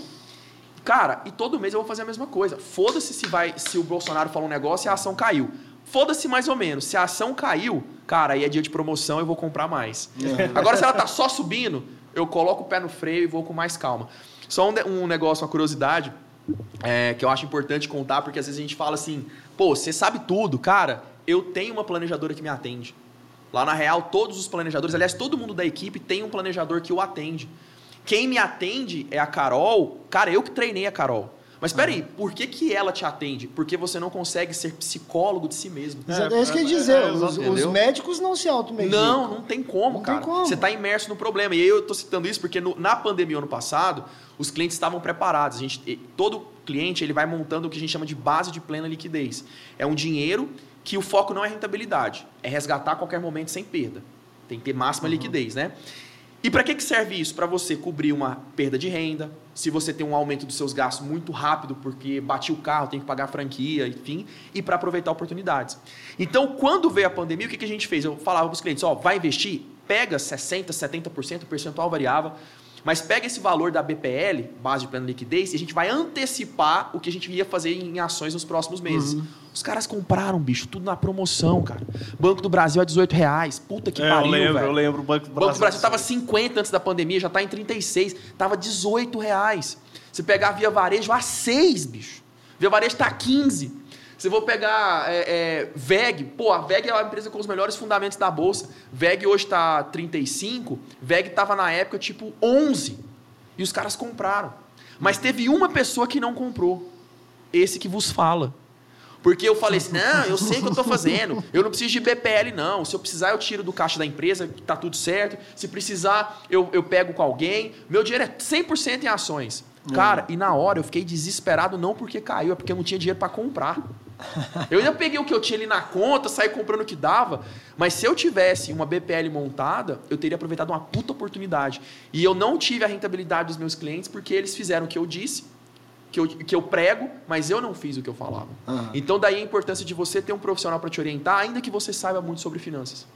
Cara, e todo mês eu vou fazer a mesma coisa. Foda-se se o Bolsonaro falou um negócio e a ação caiu. Foda-se mais ou menos. Se a ação caiu, cara, aí é dia de promoção, eu vou comprar mais. Agora, se ela tá só subindo, eu coloco o pé no freio e vou com mais calma. Só um negócio, uma curiosidade, que eu acho importante contar, porque às vezes a gente fala assim, pô, você sabe tudo. Cara, eu tenho uma planejadora que me atende. Lá na Real, todos os planejadores, aliás, todo mundo da equipe tem um planejador que o atende. Quem me atende é a Carol. Cara, eu que treinei a Carol. Mas peraí, por que ela te atende? Porque você não consegue ser psicólogo de si mesmo. É isso que eu ia dizer. Os médicos não se automedicam. Não tem como, cara. Tem como. Você está imerso no problema. E aí eu estou citando isso porque na pandemia ano passado, os clientes estavam preparados. Todo cliente ele vai montando o que a gente chama de base de plena liquidez. É um dinheiro que o foco não é rentabilidade. É resgatar a qualquer momento sem perda. Tem que ter máxima liquidez, né? E para que serve isso? Para você cobrir uma perda de renda, se você tem um aumento dos seus gastos muito rápido, porque bati o carro, tem que pagar a franquia, enfim, e para aproveitar oportunidades. Então, quando veio a pandemia, o que a gente fez? Eu falava para os clientes, vai investir? Pega 60%, 70%, percentual variável, mas pega esse valor da BPL, base de plena liquidez, e a gente vai antecipar o que a gente ia fazer em ações nos próximos meses. Os caras compraram, bicho, tudo na promoção, cara. Banco do Brasil é R$18. Puta que pariu, velho. Eu lembro. O Banco do Brasil estava 50 antes da pandemia, já está em 36. Tava R$18. Se pegar Via Varejo, a 6, bicho. Via Varejo está 15. Se eu vou pegar WEG, a WEG é a empresa com os melhores fundamentos da Bolsa. WEG hoje está 35, WEG estava na época tipo 11. E os caras compraram. Mas teve uma pessoa que não comprou. Esse que vos fala. Porque eu falei assim, não, eu sei o que eu estou fazendo. Eu não preciso de BPL, não. Se eu precisar, eu tiro do caixa da empresa, que está tudo certo. Se precisar, eu pego com alguém. Meu dinheiro é 100% em ações. Cara, e na hora eu fiquei desesperado, não porque caiu, é porque eu não tinha dinheiro para comprar. Eu ainda peguei o que eu tinha ali na conta, saí comprando o que dava. Mas se eu tivesse uma BPL montada, eu teria aproveitado uma puta oportunidade. E eu não tive a rentabilidade dos meus clientes porque eles fizeram o que eu disse, que eu prego, mas eu não fiz o que eu falava. Então, daí a importância de você ter um profissional para te orientar, ainda que você saiba muito sobre finanças.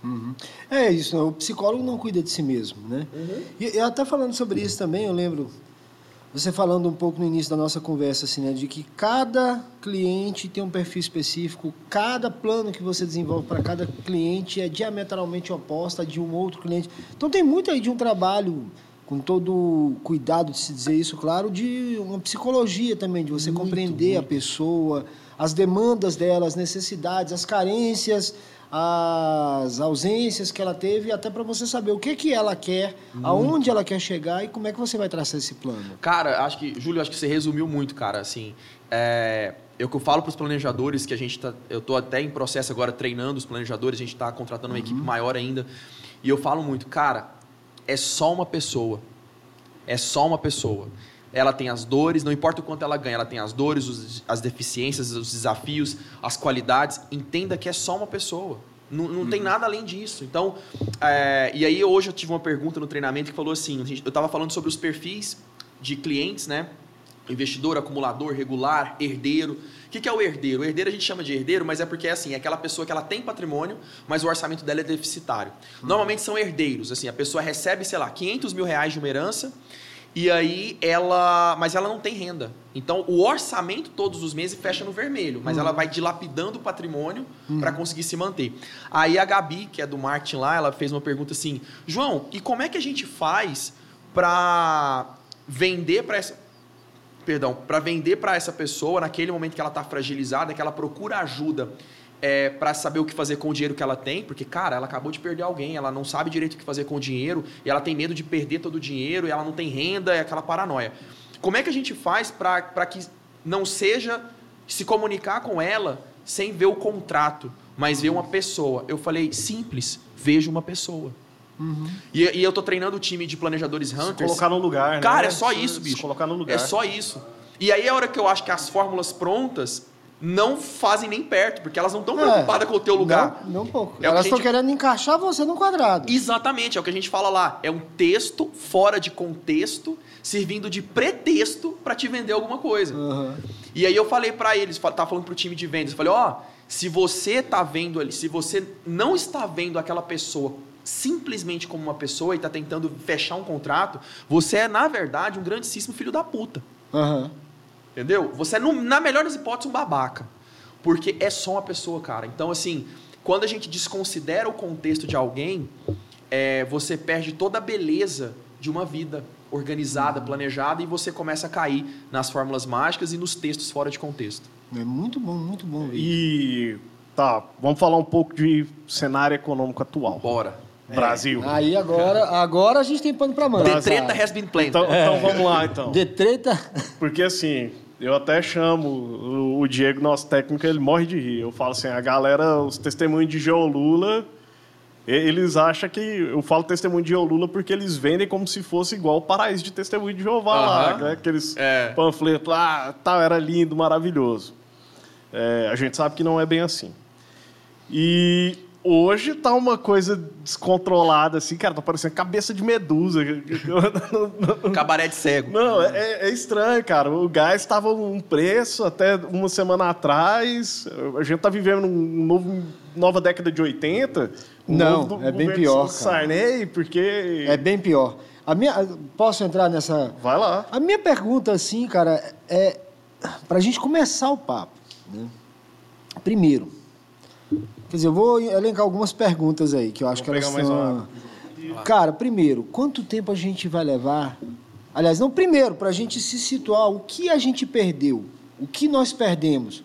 É isso, o psicólogo não cuida de si mesmo, né? E até falando sobre isso também, eu lembro, você falando um pouco no início da nossa conversa, assim, né, de que cada cliente tem um perfil específico, cada plano que você desenvolve para cada cliente é diametralmente oposta de um outro cliente. Então, tem muito aí de um trabalho, com todo cuidado de se dizer isso, claro, de uma psicologia também, de você compreender a pessoa, as demandas dela, as necessidades, as carências, as ausências que ela teve, até para você saber o que ela quer, aonde ela quer chegar e como é que você vai traçar esse plano. Cara, Júlio, acho que você resumiu muito, cara. Assim, eu que eu falo para os planejadores que eu tô até em processo agora treinando os planejadores, a gente está contratando uma equipe maior ainda. E eu falo muito, cara, é só uma pessoa. É só uma pessoa. Ela tem as dores, não importa o quanto ela ganha, ela tem as dores, as deficiências, os desafios, as qualidades. Entenda que é só uma pessoa. Não tem nada além disso. Então, e aí hoje eu tive uma pergunta no treinamento que falou assim, eu estava falando sobre os perfis de clientes, né? Investidor, acumulador, regular, herdeiro. O que é o herdeiro? O herdeiro a gente chama de herdeiro, mas é porque é aquela pessoa que ela tem patrimônio, mas o orçamento dela é deficitário. Normalmente são herdeiros, assim, a pessoa recebe, sei lá, 500 mil reais de uma herança, e aí mas ela não tem renda. Então, o orçamento todos os meses fecha no vermelho, mas ela vai dilapidando o patrimônio para conseguir se manter. Aí a Gabi, que é do marketing lá, ela fez uma pergunta assim, João, e como é que a gente faz para vender para essa pessoa, naquele momento que ela está fragilizada, que ela procura ajuda para saber o que fazer com o dinheiro que ela tem, porque, cara, ela acabou de perder alguém, ela não sabe direito o que fazer com o dinheiro, e ela tem medo de perder todo o dinheiro, e ela não tem renda, é aquela paranoia. Como é que a gente faz para que não seja se comunicar com ela sem ver o contrato, mas ver uma pessoa? Eu falei, simples, veja uma pessoa. E eu tô treinando o time de planejadores Hunters. Se colocar no lugar, né? Cara, é só isso, bicho. Se colocar no lugar. É só isso. E aí é a hora que eu acho que as fórmulas prontas não fazem nem perto, porque elas não estão preocupadas com o teu lugar. Não pouco. Elas estão querendo encaixar você no quadrado. Exatamente, é o que a gente fala lá. É um texto fora de contexto, servindo de pretexto para te vender alguma coisa. E aí eu falei para eles, tava falando pro time de vendas, eu falei, se você tá vendo ali, se você não está vendo aquela pessoa simplesmente como uma pessoa e está tentando fechar um contrato, você é, na verdade, um grandíssimo filho da puta. Entendeu? Você é, na melhor das hipóteses, um babaca. Porque é só uma pessoa, cara. Então, assim, quando a gente desconsidera o contexto de alguém, você perde toda a beleza de uma vida organizada, planejada, e você começa a cair nas fórmulas mágicas e nos textos fora de contexto. É muito bom. E, vamos falar um pouco de cenário econômico atual. Bora. Brasil. Aí agora a gente tem pano pra manga. The treta has been planned. Então vamos lá, então. The treta... Porque assim, eu até chamo o Diego, nosso técnico, ele morre de rir. Eu falo assim, a galera, os testemunhos de Geolula, eles acham que... Eu falo testemunho de Geolula porque eles vendem como se fosse igual o paraíso de testemunho de Jeová lá, né? Aqueles panfletos lá, era lindo, maravilhoso. A gente sabe que não é bem assim. E... Hoje tá uma coisa descontrolada, assim, cara, tá parecendo cabeça de medusa. Cabaré de cego. Não, é estranho, cara. O gás estava um preço até uma semana atrás. A gente tá vivendo nova década de 80. Não, é bem pior, Sarney, porque... É bem pior. Posso entrar nessa... Vai lá. A minha pergunta, assim, cara, é pra gente começar o papo, né? Primeiro, quer dizer, eu vou elencar algumas perguntas aí, que eu acho que elas são... Cara, primeiro, quanto tempo a gente vai levar... Aliás, não, primeiro, para a gente se situar, o que a gente perdeu, o que nós perdemos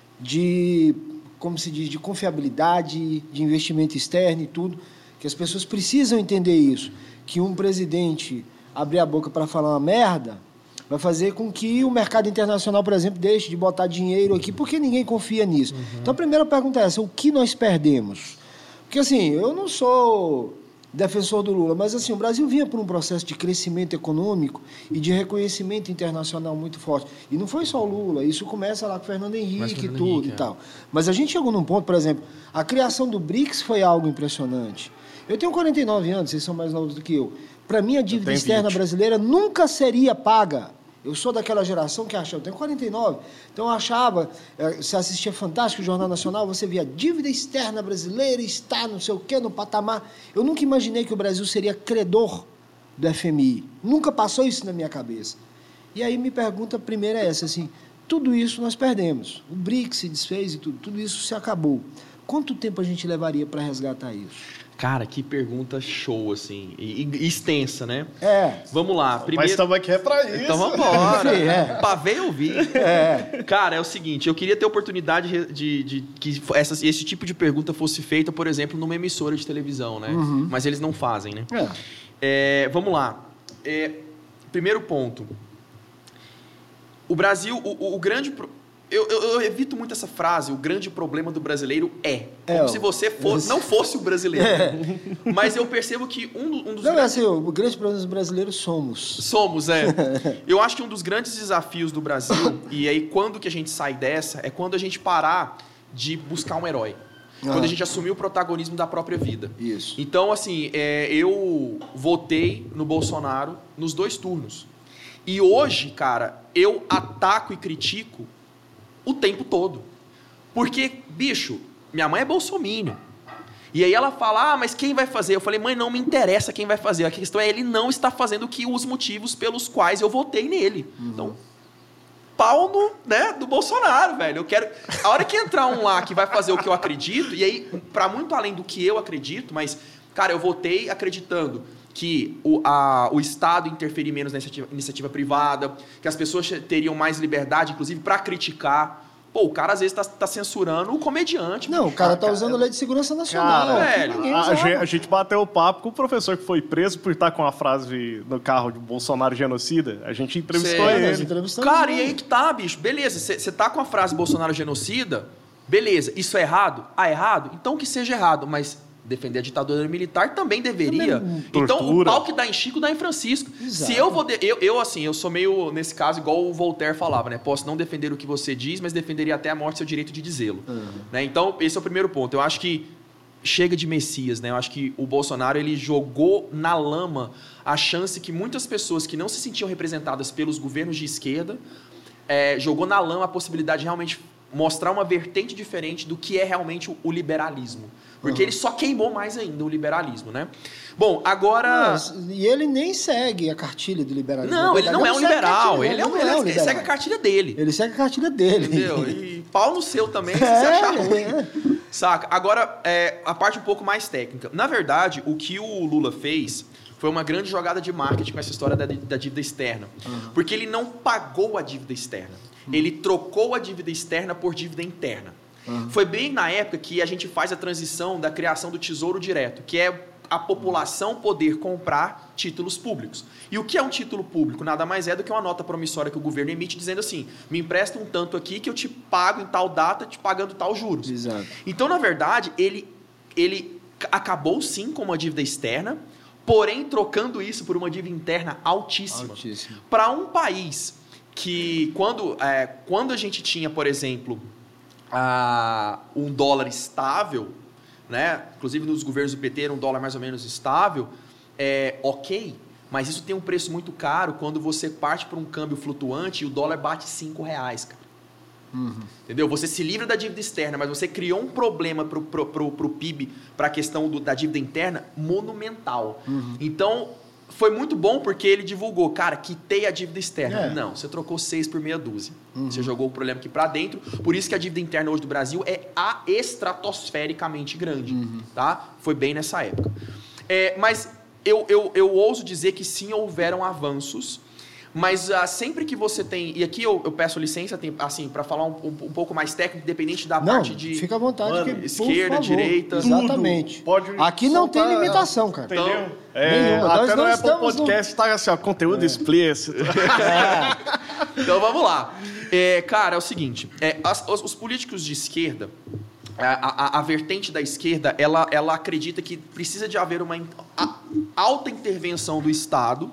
de, como se diz, de confiabilidade, de investimento externo e tudo, que as pessoas precisam entender isso, que um presidente abrir a boca para falar uma merda vai fazer com que o mercado internacional, por exemplo, deixe de botar dinheiro aqui, porque ninguém confia nisso. Então, a primeira pergunta é essa, o que nós perdemos? Porque, assim, eu não sou defensor do Lula, mas, assim, o Brasil vinha por um processo de crescimento econômico e de reconhecimento internacional muito forte. E não foi só o Lula, isso começa lá com o Fernando Henrique e tudo e tal. Mas a gente chegou num ponto, por exemplo, a criação do BRICS foi algo impressionante. Eu tenho 49 anos, vocês são mais novos do que eu. Para mim, a dívida externa brasileira nunca seria paga. Eu sou daquela geração que achava, eu tenho 49, então eu achava, você assistia Fantástico, Jornal Nacional, você via a dívida externa brasileira está não sei o quê, no patamar. Eu nunca imaginei que o Brasil seria credor do FMI. Nunca passou isso na minha cabeça. E aí me pergunta, a primeira é essa, assim, tudo isso nós perdemos. O BRICS se desfez e tudo isso se acabou. Quanto tempo a gente levaria para resgatar isso? Cara, que pergunta show, assim. E extensa, né? Vamos lá. Primeiro... Mas estamos aqui pra isso. Então vamos embora. Pra ver e ouvir. Cara, é o seguinte. Eu queria ter a oportunidade de que esse tipo de pergunta fosse feita, por exemplo, numa emissora de televisão, né? Mas eles não fazem, né? Vamos lá. Primeiro ponto. O Brasil, o grande... Eu evito muito essa frase, o grande problema do brasileiro como se você não fosse o brasileiro. Mas eu percebo que um dos grandes... o grande problema dos brasileiros somos. Eu acho que um dos grandes desafios do Brasil, e aí quando que a gente sai dessa, é quando a gente parar de buscar um herói. Quando a gente assumir o protagonismo da própria vida. Isso. Então, assim, eu votei no Bolsonaro nos 2 turnos. E hoje, cara, eu ataco e critico o tempo todo. Porque, bicho, minha mãe é bolsominion. E aí ela fala, mas quem vai fazer? Eu falei, mãe, não me interessa quem vai fazer. A questão é, ele não está fazendo os motivos pelos quais eu votei nele. Então, pau do Bolsonaro, velho. Eu quero... A hora que entrar um lá que vai fazer o que eu acredito, e aí, para muito além do que eu acredito, mas, cara, eu votei acreditando que o Estado interferir menos na iniciativa privada, que as pessoas teriam mais liberdade, inclusive, para criticar. Pô, o cara às vezes tá censurando o comediante. Não, o cara tá usando a Lei de Segurança Nacional. Velho, a gente bateu o papo com o professor que foi preso por estar com a frase no carro de Bolsonaro genocida. A gente entrevistou ele. Cara, e aí que tá, bicho. Beleza, você tá com a frase Bolsonaro genocida, beleza. Isso é errado? Errado? Então que seja errado, mas... defender a ditadura militar também deveria. Então, o pau que dá em Chico dá em Francisco. Exato. Se eu vou... eu sou meio, nesse caso, igual o Voltaire falava, né? Posso não defender o que você diz, mas defenderia até a morte seu direito de dizê-lo. Né? Então, esse é o primeiro ponto. Eu acho que chega de Messias, né? Eu acho que o Bolsonaro, ele jogou na lama a chance que muitas pessoas que não se sentiam representadas pelos governos de esquerda, jogou na lama a possibilidade de realmente mostrar uma vertente diferente do que é realmente o liberalismo. Porque ele só queimou mais ainda o liberalismo, né? Bom, agora... E ele nem segue a cartilha do liberalismo. Não, ele não é um liberal. Ele segue a cartilha dele. Ele segue a cartilha dele. Entendeu? E pau no seu também, se você achar ruim. Saca? Agora, a parte um pouco mais técnica. Na verdade, o que o Lula fez foi uma grande jogada de marketing com essa história da dívida externa. Porque ele não pagou a dívida externa. Ele trocou a dívida externa por dívida interna. Foi bem na época que a gente faz a transição da criação do Tesouro Direto, que é a população poder comprar títulos públicos. E o que é um título público? Nada mais é do que uma nota promissória que o governo emite dizendo assim, me empresta um tanto aqui que eu te pago em tal data, te pagando tal juros. Exato. Então, na verdade, ele acabou sim com uma dívida externa, porém trocando isso por uma dívida interna altíssima. Para um país que, quando a gente tinha, por exemplo... um dólar estável, né? Inclusive nos governos do PT era um dólar mais ou menos estável, ok, mas isso tem um preço muito caro quando você parte para um câmbio flutuante e o dólar bate R$5, cara. Entendeu? Você se livra da dívida externa, mas você criou um problema pro PIB, para a questão da dívida interna, monumental. Então, foi muito bom porque ele divulgou, cara, quitei a dívida externa. Não, você trocou 6 por meia dúzia. Você jogou o problema aqui para dentro. Por isso que a dívida interna hoje do Brasil é estratosfericamente grande. Tá? Foi bem nessa época. Mas eu ouso dizer que sim, houveram avanços. Mas sempre que você tem... E aqui eu peço licença assim, para falar um pouco mais técnico, independente da parte de... Fica à vontade. Esquerda, direita... Exatamente. Aqui não tem limitação, cara. Entendeu? Nenhuma. Até no Apple Podcast tá assim, ó, conteúdo explícito. Então vamos lá. Cara, é o seguinte. Os políticos de esquerda, a vertente da esquerda, ela acredita que precisa de haver uma alta intervenção do Estado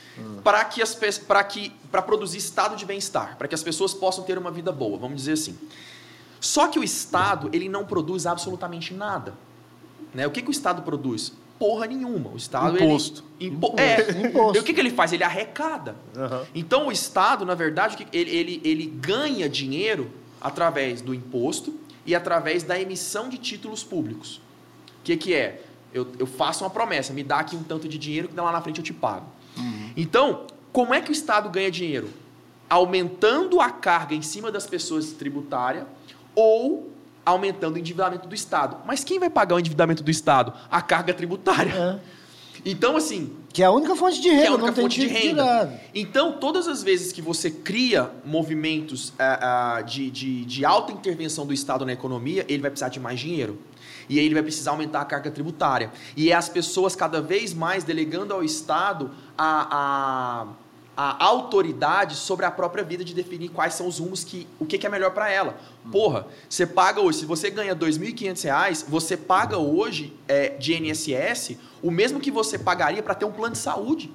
para produzir estado de bem-estar, para que as pessoas possam ter uma vida boa, vamos dizer assim. Só que o Estado, ele não produz absolutamente nada. Né? O que o Estado produz? Porra nenhuma. O Estado... Imposto. Imposto. E o que ele faz? Ele arrecada. Então, o Estado, na verdade, ele ganha dinheiro através do imposto e através da emissão de títulos públicos. O que é? Eu faço uma promessa, me dá aqui um tanto de dinheiro que lá na frente eu te pago. Então, como é que o Estado ganha dinheiro? Aumentando a carga em cima das pessoas tributária ou aumentando o endividamento do Estado. Mas quem vai pagar o endividamento do Estado? A carga tributária. Então, assim... Que é a única fonte de renda. Que é a única não fonte tem de renda. Então, todas as vezes que você cria movimentos de alta intervenção do Estado na economia, ele vai precisar de mais dinheiro. E aí ele vai precisar aumentar a carga tributária. E é as pessoas cada vez mais delegando ao Estado a autoridade sobre a própria vida de definir quais são os rumos, o que é melhor para ela. Porra, você paga hoje, se você ganha R$ 2.500, você paga hoje de INSS o mesmo que você pagaria para ter um plano de saúde.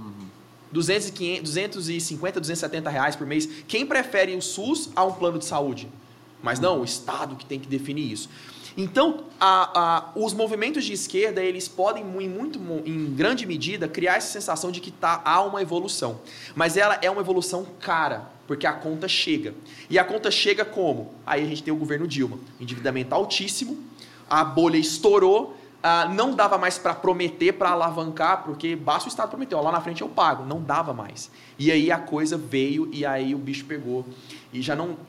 250, 270 reais por mês. Quem prefere o SUS a um plano de saúde? Mas não, o Estado que tem que definir isso. Então, os movimentos de esquerda, eles podem, em grande medida, criar essa sensação de que há uma evolução. Mas ela é uma evolução cara, porque a conta chega. E a conta chega como? Aí a gente tem o governo Dilma. Endividamento altíssimo, a bolha estourou, não dava mais para prometer, para alavancar, porque basta o Estado prometer, lá na frente eu pago. Não dava mais. E aí a coisa veio e aí o bicho pegou. E já não...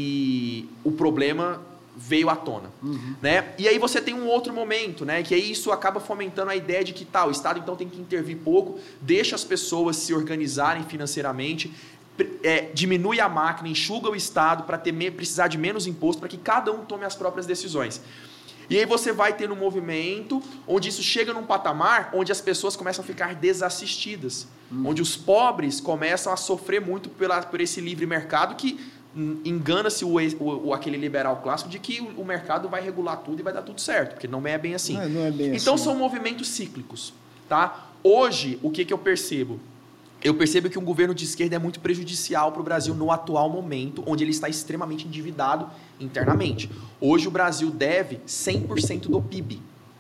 o problema... veio à tona, né? E aí você tem um outro momento, né? Que aí isso acaba fomentando a ideia de que o Estado então tem que intervir pouco, deixa as pessoas se organizarem financeiramente, diminui a máquina, enxuga o Estado para precisar de menos imposto, para que cada um tome as próprias decisões. E aí você vai ter um movimento onde isso chega num patamar onde as pessoas começam a ficar desassistidas, onde os pobres começam a sofrer muito por esse livre mercado que engana-se aquele liberal clássico de que o mercado vai regular tudo e vai dar tudo certo, porque não é bem assim. Não é bem então assim. São movimentos cíclicos, tá? Hoje, o que eu percebo? Eu percebo que um governo de esquerda é muito prejudicial para o Brasil no atual momento, onde ele está extremamente endividado internamente. Hoje o Brasil deve 100% do PIB.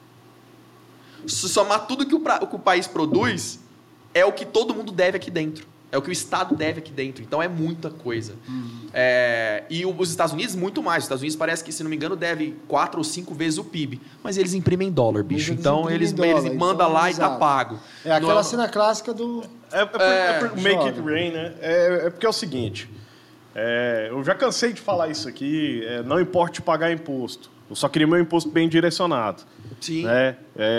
Se somar tudo que o país produz, é o que todo mundo deve aqui dentro. É o que o Estado deve aqui dentro. Então, é muita coisa. E os Estados Unidos, muito mais. Os Estados Unidos parece que, se não me engano, deve 4 ou 5 vezes o PIB. Mas eles imprimem dólar, bicho. Então, eles mandam lá e tá pago. É aquela cena clássica do... Make it rain, né? É porque é o seguinte. Eu já cansei de falar isso aqui. Não importa de pagar imposto. Eu só queria meu imposto bem direcionado. Sim. Né?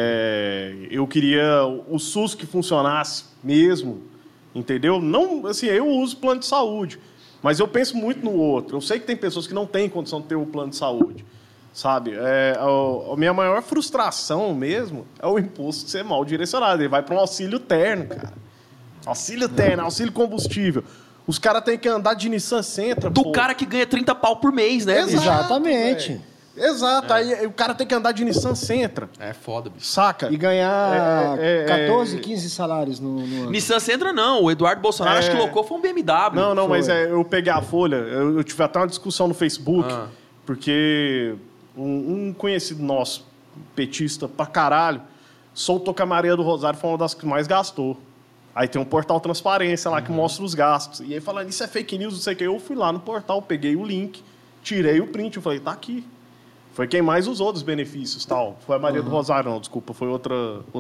Eu queria o SUS que funcionasse mesmo. Entendeu? Não, assim, eu uso plano de saúde, mas eu penso muito no outro. Eu sei que tem pessoas que não têm condição de ter o plano de saúde, sabe? A minha maior frustração mesmo é o imposto ser mal direcionado. Ele vai para um auxílio terno, cara. Auxílio terno, auxílio combustível. Os caras têm que andar de Nissan Sentra. Cara que ganha 30 pau por mês, né? Exatamente. Exato, aí o cara tem que andar de Nissan Sentra. É foda, bicho. Saca? E ganhar 14, 15 salários no ano. Nissan Sentra não, o Eduardo Bolsonaro acho que colocou foi um BMW. Não, mas eu peguei a Folha, eu tive até uma discussão no Facebook, porque um conhecido nosso, petista pra caralho, soltou que a Maria do Rosário foi uma das que mais gastou. Aí tem um portal Transparência lá que mostra os gastos. E aí falando, isso é fake news, não sei o que. Eu fui lá no portal, peguei o link, tirei o print, eu falei, tá aqui. Foi quem mais usou dos benefícios, tal. Foi a Maria do Rosário, não, desculpa. Foi outra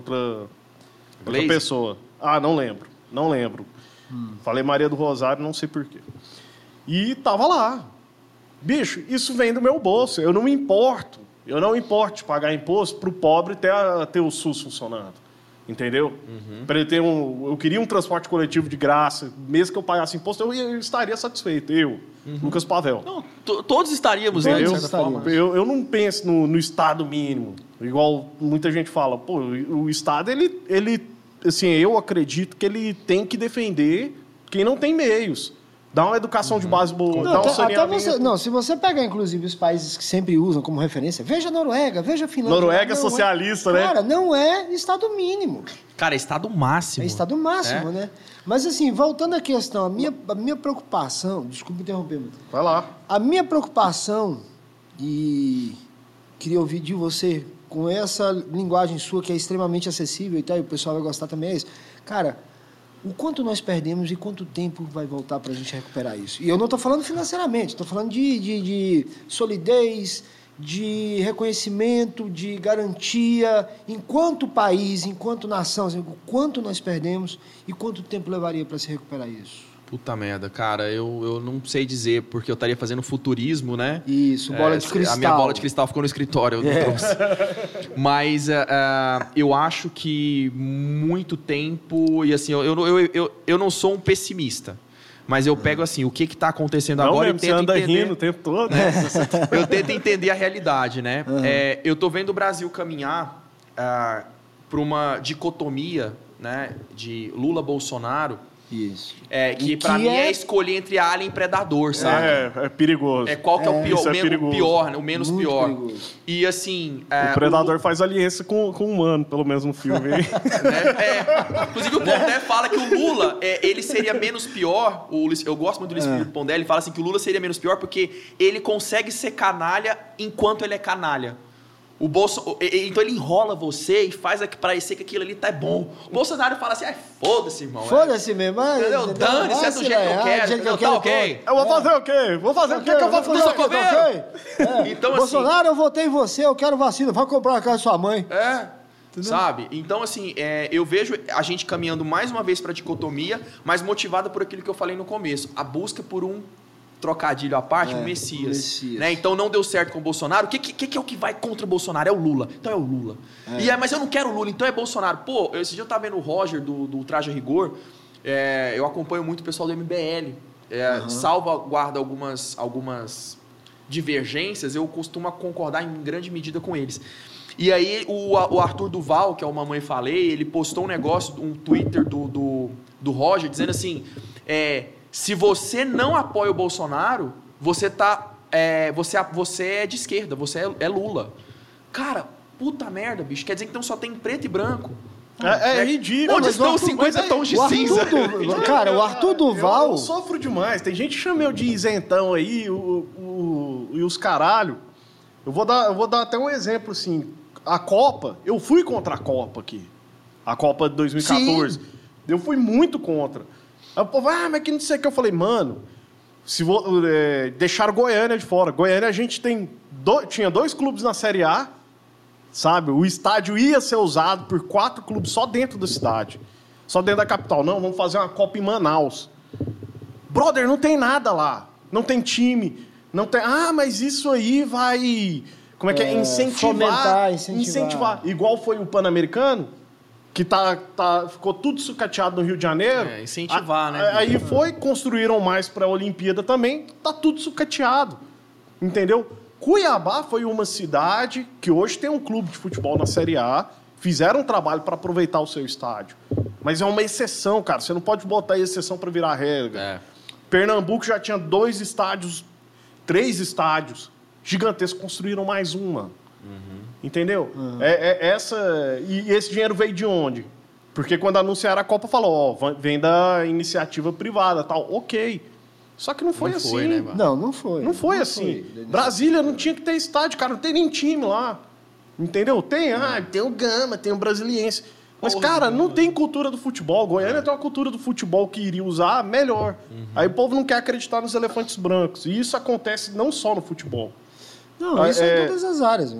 pessoa. Não lembro. Falei Maria do Rosário, não sei porquê. E tava lá. Bicho, isso vem do meu bolso. Eu não me importo. Eu não importo de pagar imposto pro pobre ter o SUS funcionando. Entendeu? Para ele ter eu queria um transporte coletivo de graça. Mesmo que eu pagasse imposto, eu estaria satisfeito. Lucas Pavel. Não, todos estaríamos, né? De certa forma. Eu não penso no Estado mínimo. Igual muita gente fala. Pô, o Estado, ele assim, eu acredito que ele tem que defender quem não tem meios. Dá uma educação de base boa, dá um saneamento. Se você pegar, inclusive, os países que sempre usam como referência, veja a Noruega, veja a Finlândia. Noruega é socialista, né? Cara, não é Estado mínimo. Cara, é Estado máximo. É Estado máximo, né? Mas, assim, voltando à questão, a minha preocupação... Desculpa interromper, mas... Vai lá. A minha preocupação, e queria ouvir de você, com essa linguagem sua que é extremamente acessível e tal, e o pessoal vai gostar também, é isso. Cara... O quanto nós perdemos e quanto tempo vai voltar para a gente recuperar isso? E eu não estou falando financeiramente, estou falando de solidez, de reconhecimento, de garantia, enquanto país, enquanto nação, assim, o quanto nós perdemos e quanto tempo levaria para se recuperar isso? Puta merda, cara, eu não sei dizer, porque eu estaria fazendo futurismo, né? Isso, bola de cristal. A minha bola de cristal ficou no escritório, eu não trouxe. Mas eu acho que muito tempo... E assim, eu não sou um pessimista. Mas eu pego assim, o que está acontecendo não agora mesmo, e tento você anda entender... rindo o tempo todo. Eu tento entender a realidade, né? Eu tô vendo o Brasil caminhar para uma dicotomia, né, de Lula-Bolsonaro. Isso. Que para mim é escolher entre alien e predador, sabe? É perigoso. Qual que é o pior, o pior, né? O menos muito pior. Perigoso. E assim... o predador faz aliança com o humano, pelo menos no filme. Inclusive o Pondé fala que o Lula, ele seria menos pior, eu gosto muito do Luiz Felipe Pondé, ele fala assim que o Lula seria menos pior porque ele consegue ser canalha enquanto ele é canalha. Então ele enrola você e faz parecer que aquilo ali tá bom. O Bolsonaro fala assim, foda-se, irmão. Foda-se mesmo. Dane-se, é do jeito que eu quero. Tá ok? Eu vou fazer o quê? Vou fazer o quê que eu vou fazer? Então, Bolsonaro, eu votei em você, eu quero vacina. Vai comprar a casa da sua mãe. Sabe? Então, assim, eu vejo a gente caminhando mais uma vez para a dicotomia, mas motivada por aquilo que eu falei no começo. A busca por um trocadilho à parte, um Messias. Né? Então não deu certo com o Bolsonaro. O que é o que vai contra o Bolsonaro? É o Lula. Então é o Lula. Mas eu não quero o Lula, então é Bolsonaro. Pô, esse dia eu tava vendo o Roger do Traje a Rigor. Eu acompanho muito o pessoal do MBL. Salvaguarda algumas divergências, eu costumo concordar em grande medida com eles. E aí o Arthur Duval, que é o Mamãe Falei, ele postou um Twitter do Roger, dizendo assim... se você não apoia o Bolsonaro, você é de esquerda, você é Lula. Cara, puta merda, bicho. Quer dizer que então só tem preto e branco. É ridículo. Onde estão os 50 tons de cinza? Cara, o Arthur Duval... Eu sofro demais. Tem gente que chama eu de isentão aí, e os caralho. Eu vou dar até um exemplo, assim. A Copa, eu fui contra a Copa aqui. A Copa de 2014. Sim. Eu fui muito contra. Aí o povo, mas que não sei o que. Eu falei, mano, deixaram Goiânia de fora. Goiânia a gente tinha 2 clubes na Série A, sabe? O estádio ia ser usado por 4 clubes só dentro da cidade. Só dentro da capital. Não, vamos fazer uma Copa em Manaus. Brother, não tem nada lá. Não tem time. Não tem... mas isso aí vai... Como é que é? Incentivar. Igual foi o Pan-Americano, que ficou tudo sucateado no Rio de Janeiro. Incentivar, né? Aí construíram mais para a Olimpíada também, tá tudo sucateado. Entendeu? Cuiabá foi uma cidade que hoje tem um clube de futebol na Série A, fizeram um trabalho para aproveitar o seu estádio. Mas é uma exceção, cara. Você não pode botar exceção para virar regra. Pernambuco já tinha 2 estádios, 3 estádios gigantescos, construíram mais uma. Entendeu? E esse dinheiro veio de onde? Porque quando anunciaram a Copa, falou, vem da iniciativa privada, tal. Ok. Só que não foi assim. Né, não foi. Não foi assim. Brasília não tinha que ter estádio, cara. Não tem nem time lá. Entendeu? Tem o Gama, tem o Brasiliense. Mas, cara, não tem cultura do futebol. Goiânia tem uma cultura do futebol que iria usar melhor. Aí o povo não quer acreditar nos elefantes brancos. E isso acontece não só no futebol. Não, isso é em todas as áreas.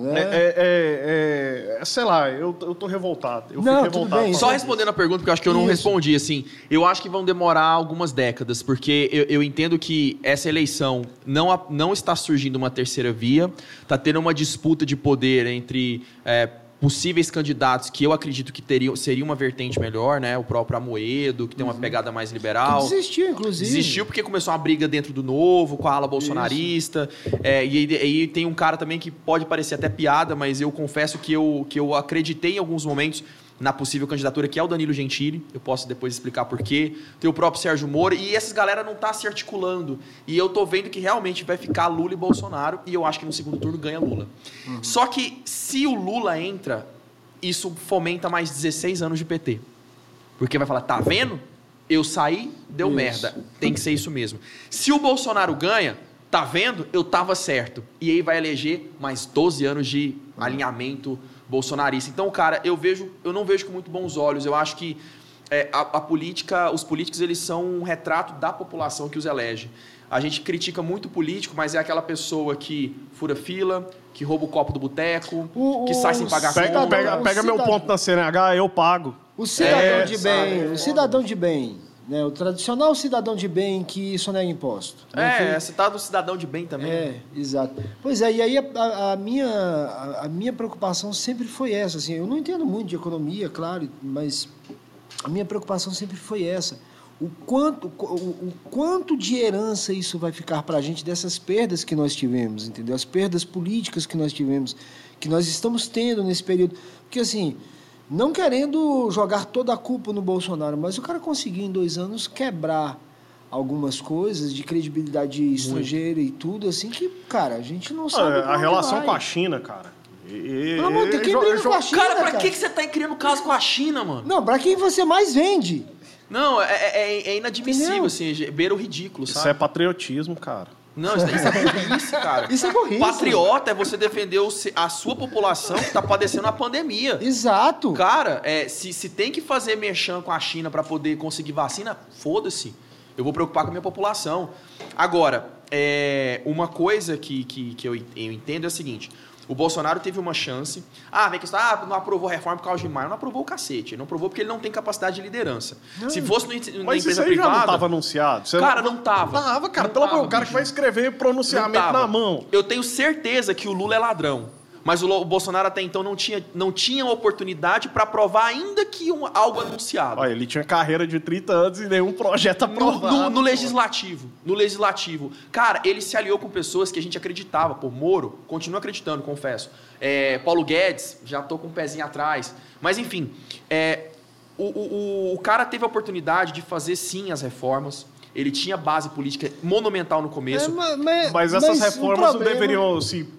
Sei lá, eu tô revoltado. Eu fico revoltado. Tudo bem, só respondendo a pergunta, porque eu acho que eu não respondi, assim. Eu acho que vão demorar algumas décadas, porque eu entendo que essa eleição não está surgindo uma terceira via, está tendo uma disputa de poder entre... possíveis candidatos que eu acredito que seria uma vertente melhor, né? O próprio Amoedo, que tem uma pegada mais liberal. Que desistiu, inclusive. Desistiu porque começou uma briga dentro do Novo, com a ala bolsonarista. E aí tem um cara também que pode parecer até piada, mas eu confesso que eu acreditei em alguns momentos na possível candidatura, que é o Danilo Gentili. Eu posso depois explicar por quê. Tem o próprio Sérgio Moro. E essas galera não tá se articulando. E eu tô vendo que realmente vai ficar Lula e Bolsonaro. E eu acho que no segundo turno ganha Lula. Só que se o Lula entra, isso fomenta mais 16 anos de PT. Porque vai falar, tá vendo? Eu saí, deu merda. Tem que ser isso mesmo. Se o Bolsonaro ganha, tá vendo? Eu tava certo. E aí vai eleger mais 12 anos de alinhamento bolsonarista. Então, cara, eu não vejo com muito bons olhos. Eu acho que a política, os políticos, eles são um retrato da população que os elege. A gente critica muito o político, mas é aquela pessoa que fura fila, que rouba o copo do boteco, que sai sem pagar conta. Pega meu ponto na CNH, eu pago. O cidadão de bem, o cidadão de bem, né? O tradicional cidadão de bem que sonega imposto. Né? Você tá do cidadão de bem também. Exato. Pois é, e aí a minha preocupação sempre foi essa. Assim, eu não entendo muito de economia, claro, mas a minha preocupação sempre foi essa. O quanto de herança isso vai ficar para a gente dessas perdas que nós tivemos, entendeu? As perdas políticas que nós tivemos, que nós estamos tendo nesse período. Porque, assim, não querendo jogar toda a culpa no Bolsonaro, mas o cara conseguiu, em 2 anos, quebrar algumas coisas de credibilidade estrangeira e tudo, assim, que, cara, a gente não sabe. A relação com a China, cara. Pelo amor de Deus, quem briga com a China, cara, pra que você tá criando caso com a China, mano? Não, pra quem você mais vende. Não, é inadmissível, Entendeu? assim, beira o ridículo, sabe? Isso é patriotismo, cara. Não, isso é burrice, cara. Isso é burrice. Patriota é você defender a sua população que tá padecendo a pandemia. Exato. Cara, se tem que fazer merchan com a China para poder conseguir vacina, foda-se. Eu vou preocupar com a minha população. Agora, uma coisa que eu entendo é a seguinte. O Bolsonaro teve uma chance. Vem que não aprovou a reforma por causa de Maio. Não aprovou o cacete. Ele não aprovou porque ele não tem capacidade de liderança. Se fosse na empresa Mas isso aí privada... já não estava anunciado? Cara, não tava. Tava, cara. Não Pelo tava, amor, o cara bicho. que vai escrever pronunciamento na mão. Eu tenho certeza que o Lula é ladrão. Mas o Bolsonaro até então não tinha oportunidade para provar ainda que algo anunciado. Olha, ele tinha carreira de 30 anos e nenhum projeto aprovado. No legislativo. No legislativo. Cara, ele se aliou com pessoas que a gente acreditava. Pô, Moro, continuo acreditando, confesso. Paulo Guedes, já tô com um pezinho atrás. Mas, enfim, o cara teve a oportunidade de fazer, sim, as reformas. Ele tinha base política monumental no começo. Mas essas reformas não deveriam...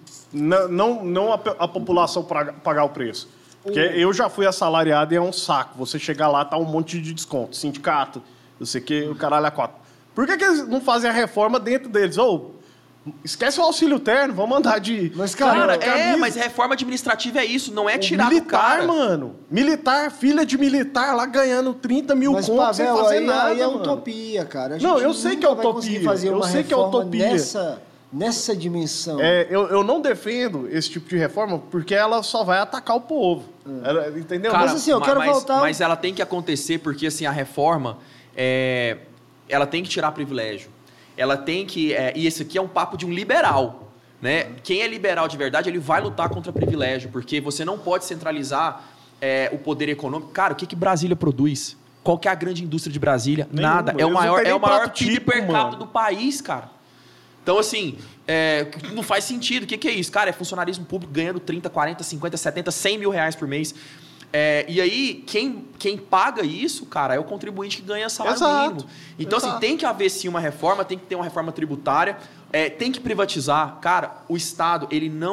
Não a população pagar o preço. Porque eu já fui assalariado e é um saco. Você chegar lá, tá um monte de desconto. Sindicato, não sei o que, o caralho a 4. Por que eles não fazem a reforma dentro deles? Esquece o auxílio terno, vamos andar de... Mas, cara, mas reforma administrativa é isso, não é tirar do militar, cara. Mano. Militar, filha de militar lá ganhando 30 mil mas, contos Pavel, sem fazer nada, aí é mano. utopia, cara. A gente Não, eu sei que é utopia. Fazer uma eu sei que é utopia. Nessa dimensão. Eu não defendo esse tipo de reforma porque ela só vai atacar o povo. Entendeu? Cara, mas assim, eu quero voltar... Mas ela tem que acontecer porque, assim, a reforma, ela tem que tirar privilégio. Ela tem que... e esse aqui é um papo de um liberal, né? Quem é liberal de verdade, ele vai lutar contra privilégio, porque você não pode centralizar o poder econômico. Cara, o que Brasília produz? Qual que é a grande indústria de Brasília? Nenhuma. Nada. É o maior PIB tipo, per capita do país, cara. Então, assim, não faz sentido. O que é isso? Cara, é funcionarismo público ganhando 30, 40, 50, 70, 100 mil reais por mês. E aí, quem paga isso, cara, é o contribuinte que ganha salário mínimo. Então, assim, tem que haver, sim, uma reforma, tem que ter uma reforma tributária, tem que privatizar. Cara, o Estado,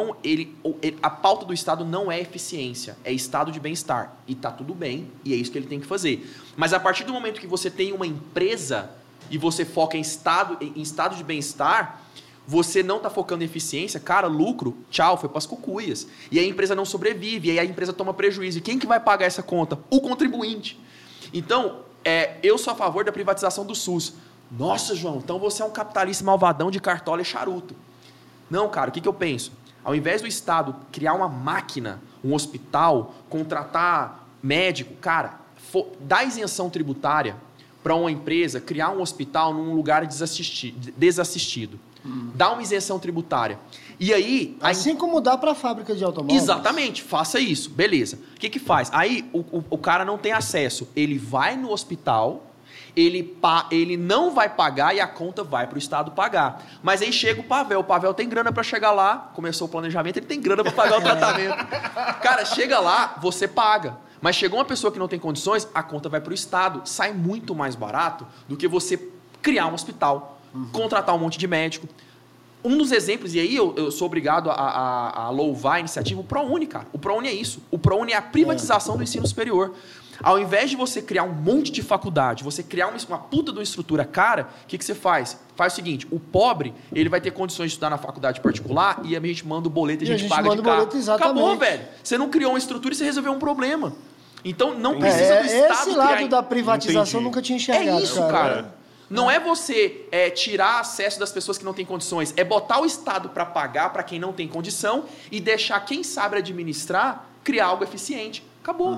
a pauta do Estado não é eficiência, é estado de bem-estar. E tá tudo bem, e é isso que ele tem que fazer. Mas a partir do momento que você tem uma empresa e você foca em estado de bem-estar, você não está focando em eficiência, cara, lucro, tchau, foi para as cucuias. E aí a empresa não sobrevive, e aí a empresa toma prejuízo. E quem que vai pagar essa conta? O contribuinte. Então, eu sou a favor da privatização do SUS. Nossa, João, então você é um capitalista malvadão de cartola e charuto. Não, cara, o que eu penso? Ao invés do Estado criar uma máquina, um hospital, contratar médico, cara, dá isenção tributária para uma empresa criar um hospital num lugar desassistido. Dá uma isenção tributária. E aí... Assim como dá para a fábrica de automóveis. Exatamente, faça isso. Beleza. O que faz? Aí o cara não tem acesso. Ele vai no hospital, ele não vai pagar e a conta vai para o Estado pagar. Mas aí chega o Pavel tem grana para chegar lá, começou o planejamento, ele tem grana para pagar o tratamento. Cara, chega lá, você paga. Mas chegou uma pessoa que não tem condições, a conta vai para o Estado. Sai muito mais barato do que você criar um hospital, contratar um monte de médico. Um dos exemplos, e aí eu sou obrigado a louvar a iniciativa, o ProUni, cara. O ProUni é isso. O ProUni é a privatização do ensino superior. Ao invés de você criar um monte de faculdade, você criar uma puta de uma estrutura cara, o que você faz? Faz o seguinte, o pobre, ele vai ter condições de estudar na faculdade particular e a gente manda o boleto e a gente paga de carro. Acabou, velho. Você não criou uma estrutura e você resolveu um problema. Então, não precisa do Estado esse lado da privatização eu nunca tinha enxergado. É isso, cara. Não é você tirar acesso das pessoas que não têm condições. É botar o Estado para pagar para quem não tem condição e deixar quem sabe administrar criar algo eficiente. Acabou.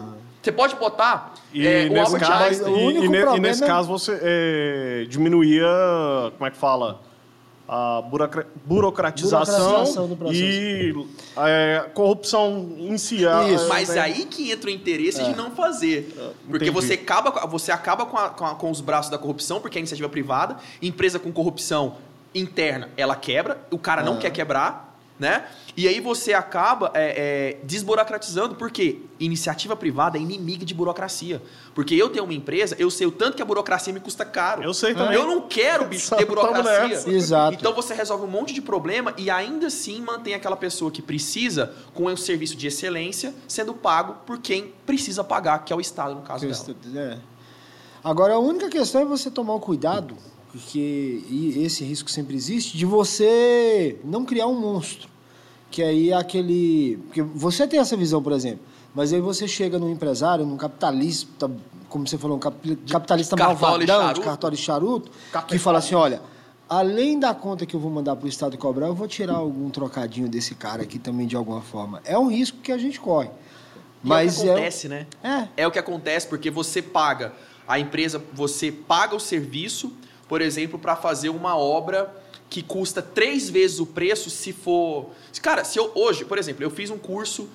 Você pode botar E o nesse Albert caso, Einstein. o único e problema nesse é- caso você diminuía, como é que fala? A burocratização Burocratização do processo. e corrupção em si. Isso. Mas né? aí que entra o interesse de não fazer. Porque entendi. você acaba com os braços da corrupção, porque é iniciativa privada, empresa com corrupção interna, ela quebra, o cara não quer quebrar, né? E aí você acaba desburocratizando, porque iniciativa privada é inimiga de burocracia. Porque eu tenho uma empresa, eu sei o tanto que a burocracia me custa caro. Eu sei também. Eu não quero, bicho, ter Tamo burocracia. nessa. Exato. Então você resolve um monte de problema e ainda assim mantém aquela pessoa que precisa com um serviço de excelência sendo pago por quem precisa pagar, que é o Estado, no caso dela. Agora, a única questão é você tomar o cuidado, porque esse risco sempre existe, de você não criar um monstro. Que aí é aquele... Porque você tem essa visão, por exemplo, mas aí você chega num empresário, num capitalista, como você falou, um capitalista malvadão, de cartório e charuto, que fala assim, olha, além da conta que eu vou mandar para o Estado cobrar, eu vou tirar algum trocadinho desse cara aqui também, de alguma forma. É um risco que a gente corre. Mas é o que acontece, né? É o que acontece, porque você paga a empresa, você paga o serviço, por exemplo, para fazer uma obra que custa 3 vezes o preço se for... Cara, se eu hoje, por exemplo, eu fiz um curso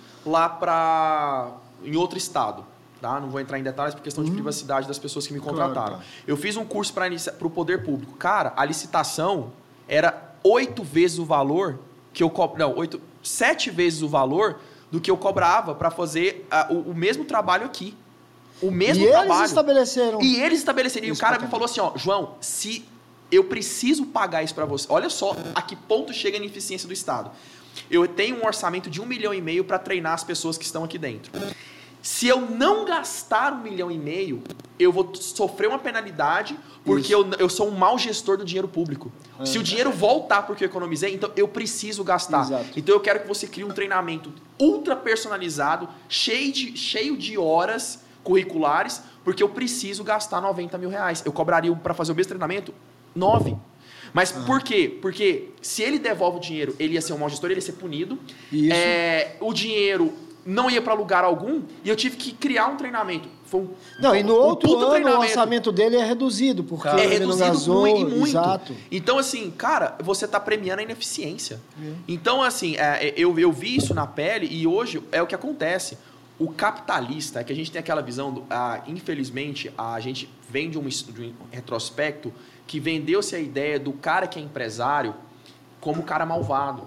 lá em outro estado, tá? Não vou entrar em detalhes por questão de privacidade das pessoas que me contrataram. Claro. Eu fiz um curso para o poder público. Cara, a licitação era 8 vezes o valor que eu... Não, 7 vezes o valor do que eu cobrava para fazer o mesmo trabalho aqui. O mesmo trabalho. Eles estabeleceram. E eles estabeleceram. E o cara me falou assim, ó, João, se eu preciso pagar isso para você. Olha só a que ponto chega a ineficiência do Estado. Eu tenho um orçamento de 1,5 milhão para treinar as pessoas que estão aqui dentro. Se eu não gastar 1,5 milhão, eu vou sofrer uma penalidade porque eu sou um mau gestor do dinheiro público. Se o dinheiro voltar porque eu economizei, então eu preciso gastar. Exato. Então eu quero que você crie um treinamento ultra personalizado, cheio de horas curriculares, porque eu preciso gastar 90 mil reais. Eu cobraria para fazer o mesmo treinamento 9. Mas por quê? Porque se ele devolve o dinheiro, ele ia ser um mau gestor, ele ia ser punido. Isso. O dinheiro não ia para lugar algum e eu tive que criar um treinamento. Foi E no outro ano treinamento. o orçamento dele é reduzido, porque ele não gasou. E muito. Exato. Então, assim, cara, você está premiando a ineficiência. Então, assim, eu vi isso na pele e hoje é o que acontece. O capitalista, que a gente tem aquela visão, infelizmente, a gente vem de um retrospecto que vendeu-se a ideia do cara que é empresário como cara malvado.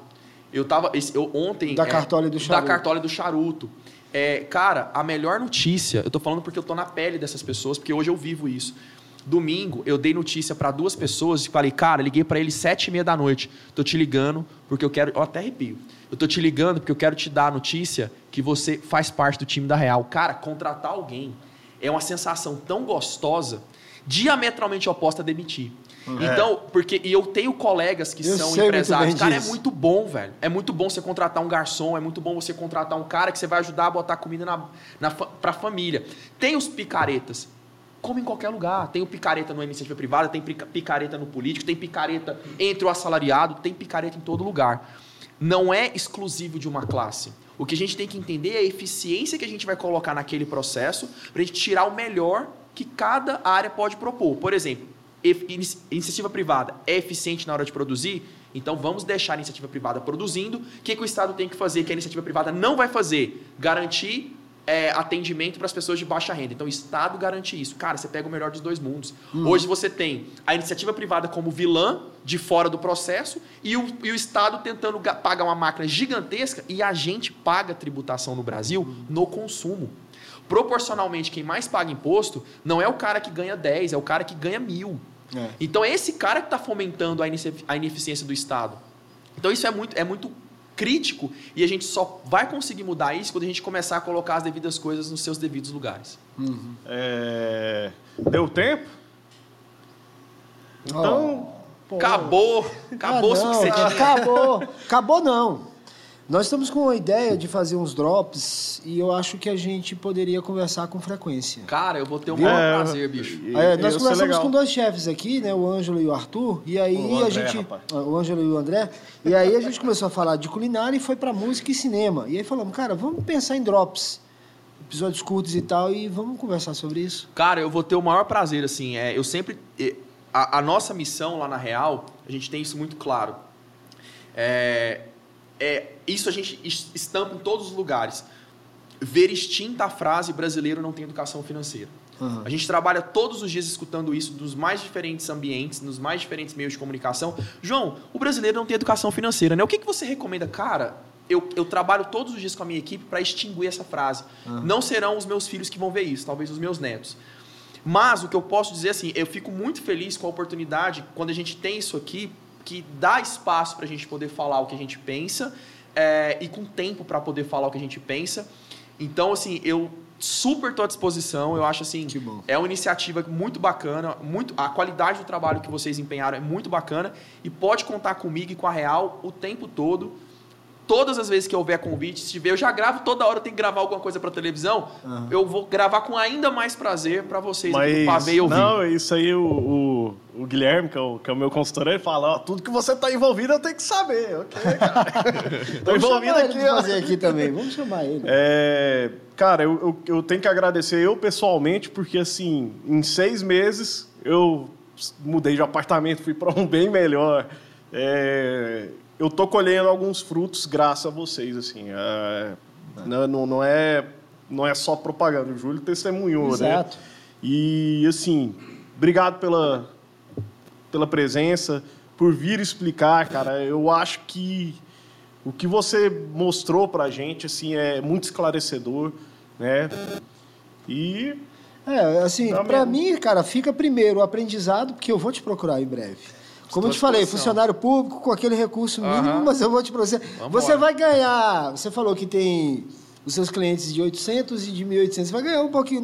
Ontem... Da Cartola e do Charuto. Da Cartola e do Charuto. Cara, a melhor notícia... Eu tô falando porque eu tô na pele dessas pessoas, porque hoje eu vivo isso. Domingo, eu dei notícia para 2 pessoas e falei, cara, liguei para eles 7h30 da noite. Tô te ligando porque eu quero... Eu até arrepio. Eu tô te ligando porque eu quero te dar a notícia que você faz parte do time da Real. Cara, contratar alguém é uma sensação tão gostosa, diametralmente oposta a demitir. Então, e eu tenho colegas que são empresários. Cara, é muito bom, velho. É muito bom você contratar um garçom, é muito bom você contratar um cara que você vai ajudar a botar comida pra família. Tem os picaretas, como em qualquer lugar. Tem o picareta na iniciativa privada, tem picareta no político, tem picareta entre o assalariado, tem picareta em todo lugar. Não é exclusivo de uma classe. O que a gente tem que entender é a eficiência que a gente vai colocar naquele processo para a gente tirar o melhor que cada área pode propor. Por exemplo, iniciativa privada é eficiente na hora de produzir? Então vamos deixar a iniciativa privada produzindo. O que o Estado tem que fazer que a iniciativa privada não vai fazer? Garantir atendimento para as pessoas de baixa renda. Então o Estado garante isso. Cara, você pega o melhor dos 2 mundos. Hoje você tem a iniciativa privada como vilã de fora do processo e o Estado tentando pagar uma máquina gigantesca e a gente paga tributação no Brasil no consumo. Proporcionalmente, quem mais paga imposto não é o cara que ganha 10, é o cara que ganha 1.000. Então é esse cara que está fomentando a ineficiência do Estado. Então isso é muito crítico e a gente só vai conseguir mudar isso quando a gente começar a colocar as devidas coisas nos seus devidos lugares. Deu tempo? Então... Acabou o que você tinha. Acabou não. Nós estamos com a ideia de fazer uns drops e eu acho que a gente poderia conversar com frequência. Cara, eu vou ter um maior prazer, bicho. Nós conversamos com 2 chefes aqui, né? O Ângelo e o Arthur. E aí o Ângelo e o André. E aí a gente começou a falar de culinária e foi para música e cinema. E aí falamos, cara, vamos pensar em drops. episódios curtos e tal, e vamos conversar sobre isso. Cara, eu vou ter o maior prazer, assim, eu sempre... A nossa missão lá na Real, a gente tem isso muito claro. Isso a gente estampa em todos os lugares. Ver extinta a frase brasileiro não tem educação financeira. A gente trabalha todos os dias escutando isso dos mais diferentes ambientes, nos mais diferentes meios de comunicação. João, o brasileiro não tem educação financeira, né? O que você recomenda? Cara, eu trabalho todos os dias com a minha equipe para extinguir essa frase. Não serão os meus filhos que vão ver isso, talvez os meus netos. Mas o que eu posso dizer, assim, eu fico muito feliz com a oportunidade, quando a gente tem isso aqui, que dá espaço para a gente poder falar o que a gente pensa e com tempo para poder falar o que a gente pensa. Então, assim, eu super estou à disposição. Eu acho, assim, é uma iniciativa muito bacana. A qualidade do trabalho que vocês empenharam é muito bacana. E pode contar comigo e com a Real o tempo todo. Todas as vezes que houver convite, se tiver, eu já gravo toda hora, eu tenho que gravar alguma coisa para televisão, eu vou gravar com ainda mais prazer para vocês aqui no Pavê ouvir. Não, isso aí o Guilherme, que é o meu consultor, ele fala, tudo que você está envolvido eu tenho que saber, ok, cara? Estou envolvido aqui. Vamos fazer aqui também, vamos chamar ele. Cara, eu tenho que agradecer eu pessoalmente, porque assim, em 6 meses eu mudei de apartamento, fui para um bem melhor. Eu tô colhendo alguns frutos graças a vocês, assim. Não é só propaganda. O Júlio testemunhou, Exato. Né? E, assim, obrigado pela presença, por vir explicar, cara. Eu acho que o que você mostrou pra gente, assim, é muito esclarecedor, né? E... assim, pra mim, cara, fica primeiro o aprendizado, porque eu vou te procurar em breve. Como eu te falei, funcionário público com aquele recurso mínimo, mas eu vou te procurar. Você vai ganhar... Você falou que tem os seus clientes de 800 e de 1.800. Você vai ganhar um pouquinho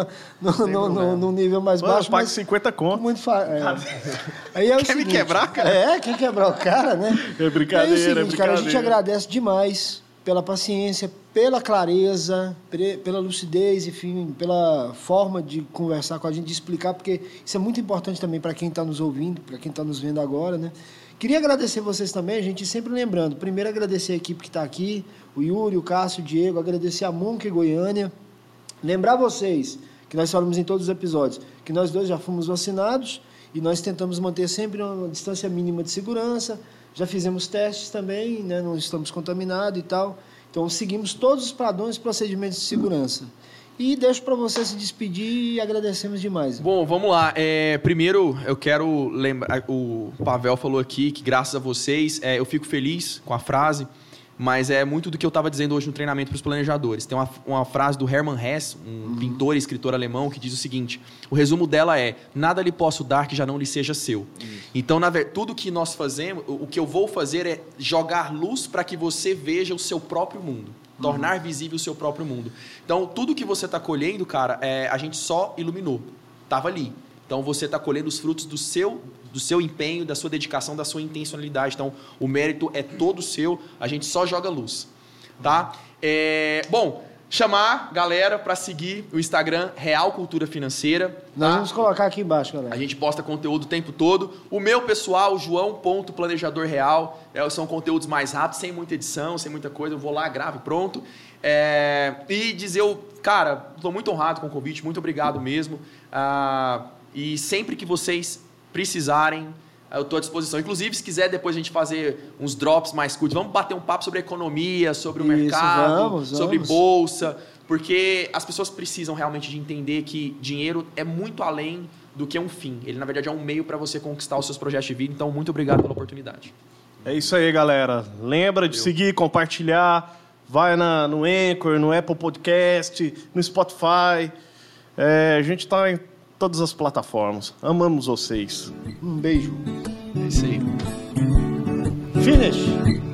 no nível mais baixo. Eu pago 50 conto. Muito fácil. Aí é o Quer seguinte, me quebrar, cara? Quer quebrar o cara, né? É brincadeira, é o seguinte, cara, a gente agradece demais pela paciência, pela clareza, pela lucidez, enfim, pela forma de conversar com a gente, de explicar, porque isso é muito importante também para quem está nos ouvindo, para quem está nos vendo agora, né? Queria agradecer vocês também, a gente sempre lembrando, primeiro agradecer a equipe que está aqui, o Yuri, o Cássio, o Diego, agradecer a Monca e Goiânia, lembrar vocês, que nós falamos em todos os episódios, que nós dois já fomos vacinados e nós tentamos manter sempre uma distância mínima de segurança, já fizemos testes também, né? Não estamos contaminados e tal. Então, seguimos todos os padrões e procedimentos de segurança. E deixo para você se despedir e agradecemos demais. Bom, vamos lá. Primeiro, eu quero lembrar... O Pavel falou aqui que, graças a vocês, eu fico feliz com a frase, mas é muito do que eu estava dizendo hoje no treinamento para os planejadores. Tem uma frase do Hermann Hesse, um pintor e escritor alemão, que diz o seguinte: o resumo dela é: nada lhe posso dar que já não lhe seja seu. Então, tudo que nós fazemos, o que eu vou fazer é jogar luz para que você veja o seu próprio mundo. Tornar visível o seu próprio mundo. Então, tudo que você está colhendo, cara, a gente só iluminou. Estava ali. Então, você está colhendo os frutos do seu empenho, da sua dedicação, da sua intencionalidade. Então, o mérito é todo seu, a gente só joga luz. Tá? Bom, chamar galera para seguir o Instagram Real Cultura Financeira. Tá? Nós vamos colocar aqui embaixo, galera. A gente posta conteúdo o tempo todo. O meu pessoal, João.planejadorreal, são conteúdos mais rápidos, sem muita edição, sem muita coisa. Eu vou lá, gravo e pronto. E dizer, cara, estou muito honrado com o convite, muito obrigado mesmo. E sempre que vocês precisarem, eu estou à disposição. Inclusive, se quiser depois a gente fazer uns drops mais curtos, vamos bater um papo sobre economia, sobre o mercado, sobre bolsa, porque as pessoas precisam realmente de entender que dinheiro é muito além do que um fim. Ele, na verdade, é um meio para você conquistar os seus projetos de vida. Então, muito obrigado pela oportunidade. É isso aí, galera. Lembra de seguir, compartilhar. Vai no Anchor, no Apple Podcast, no Spotify. A gente está em todas as plataformas. Amamos vocês. Um beijo. É isso aí. Finish!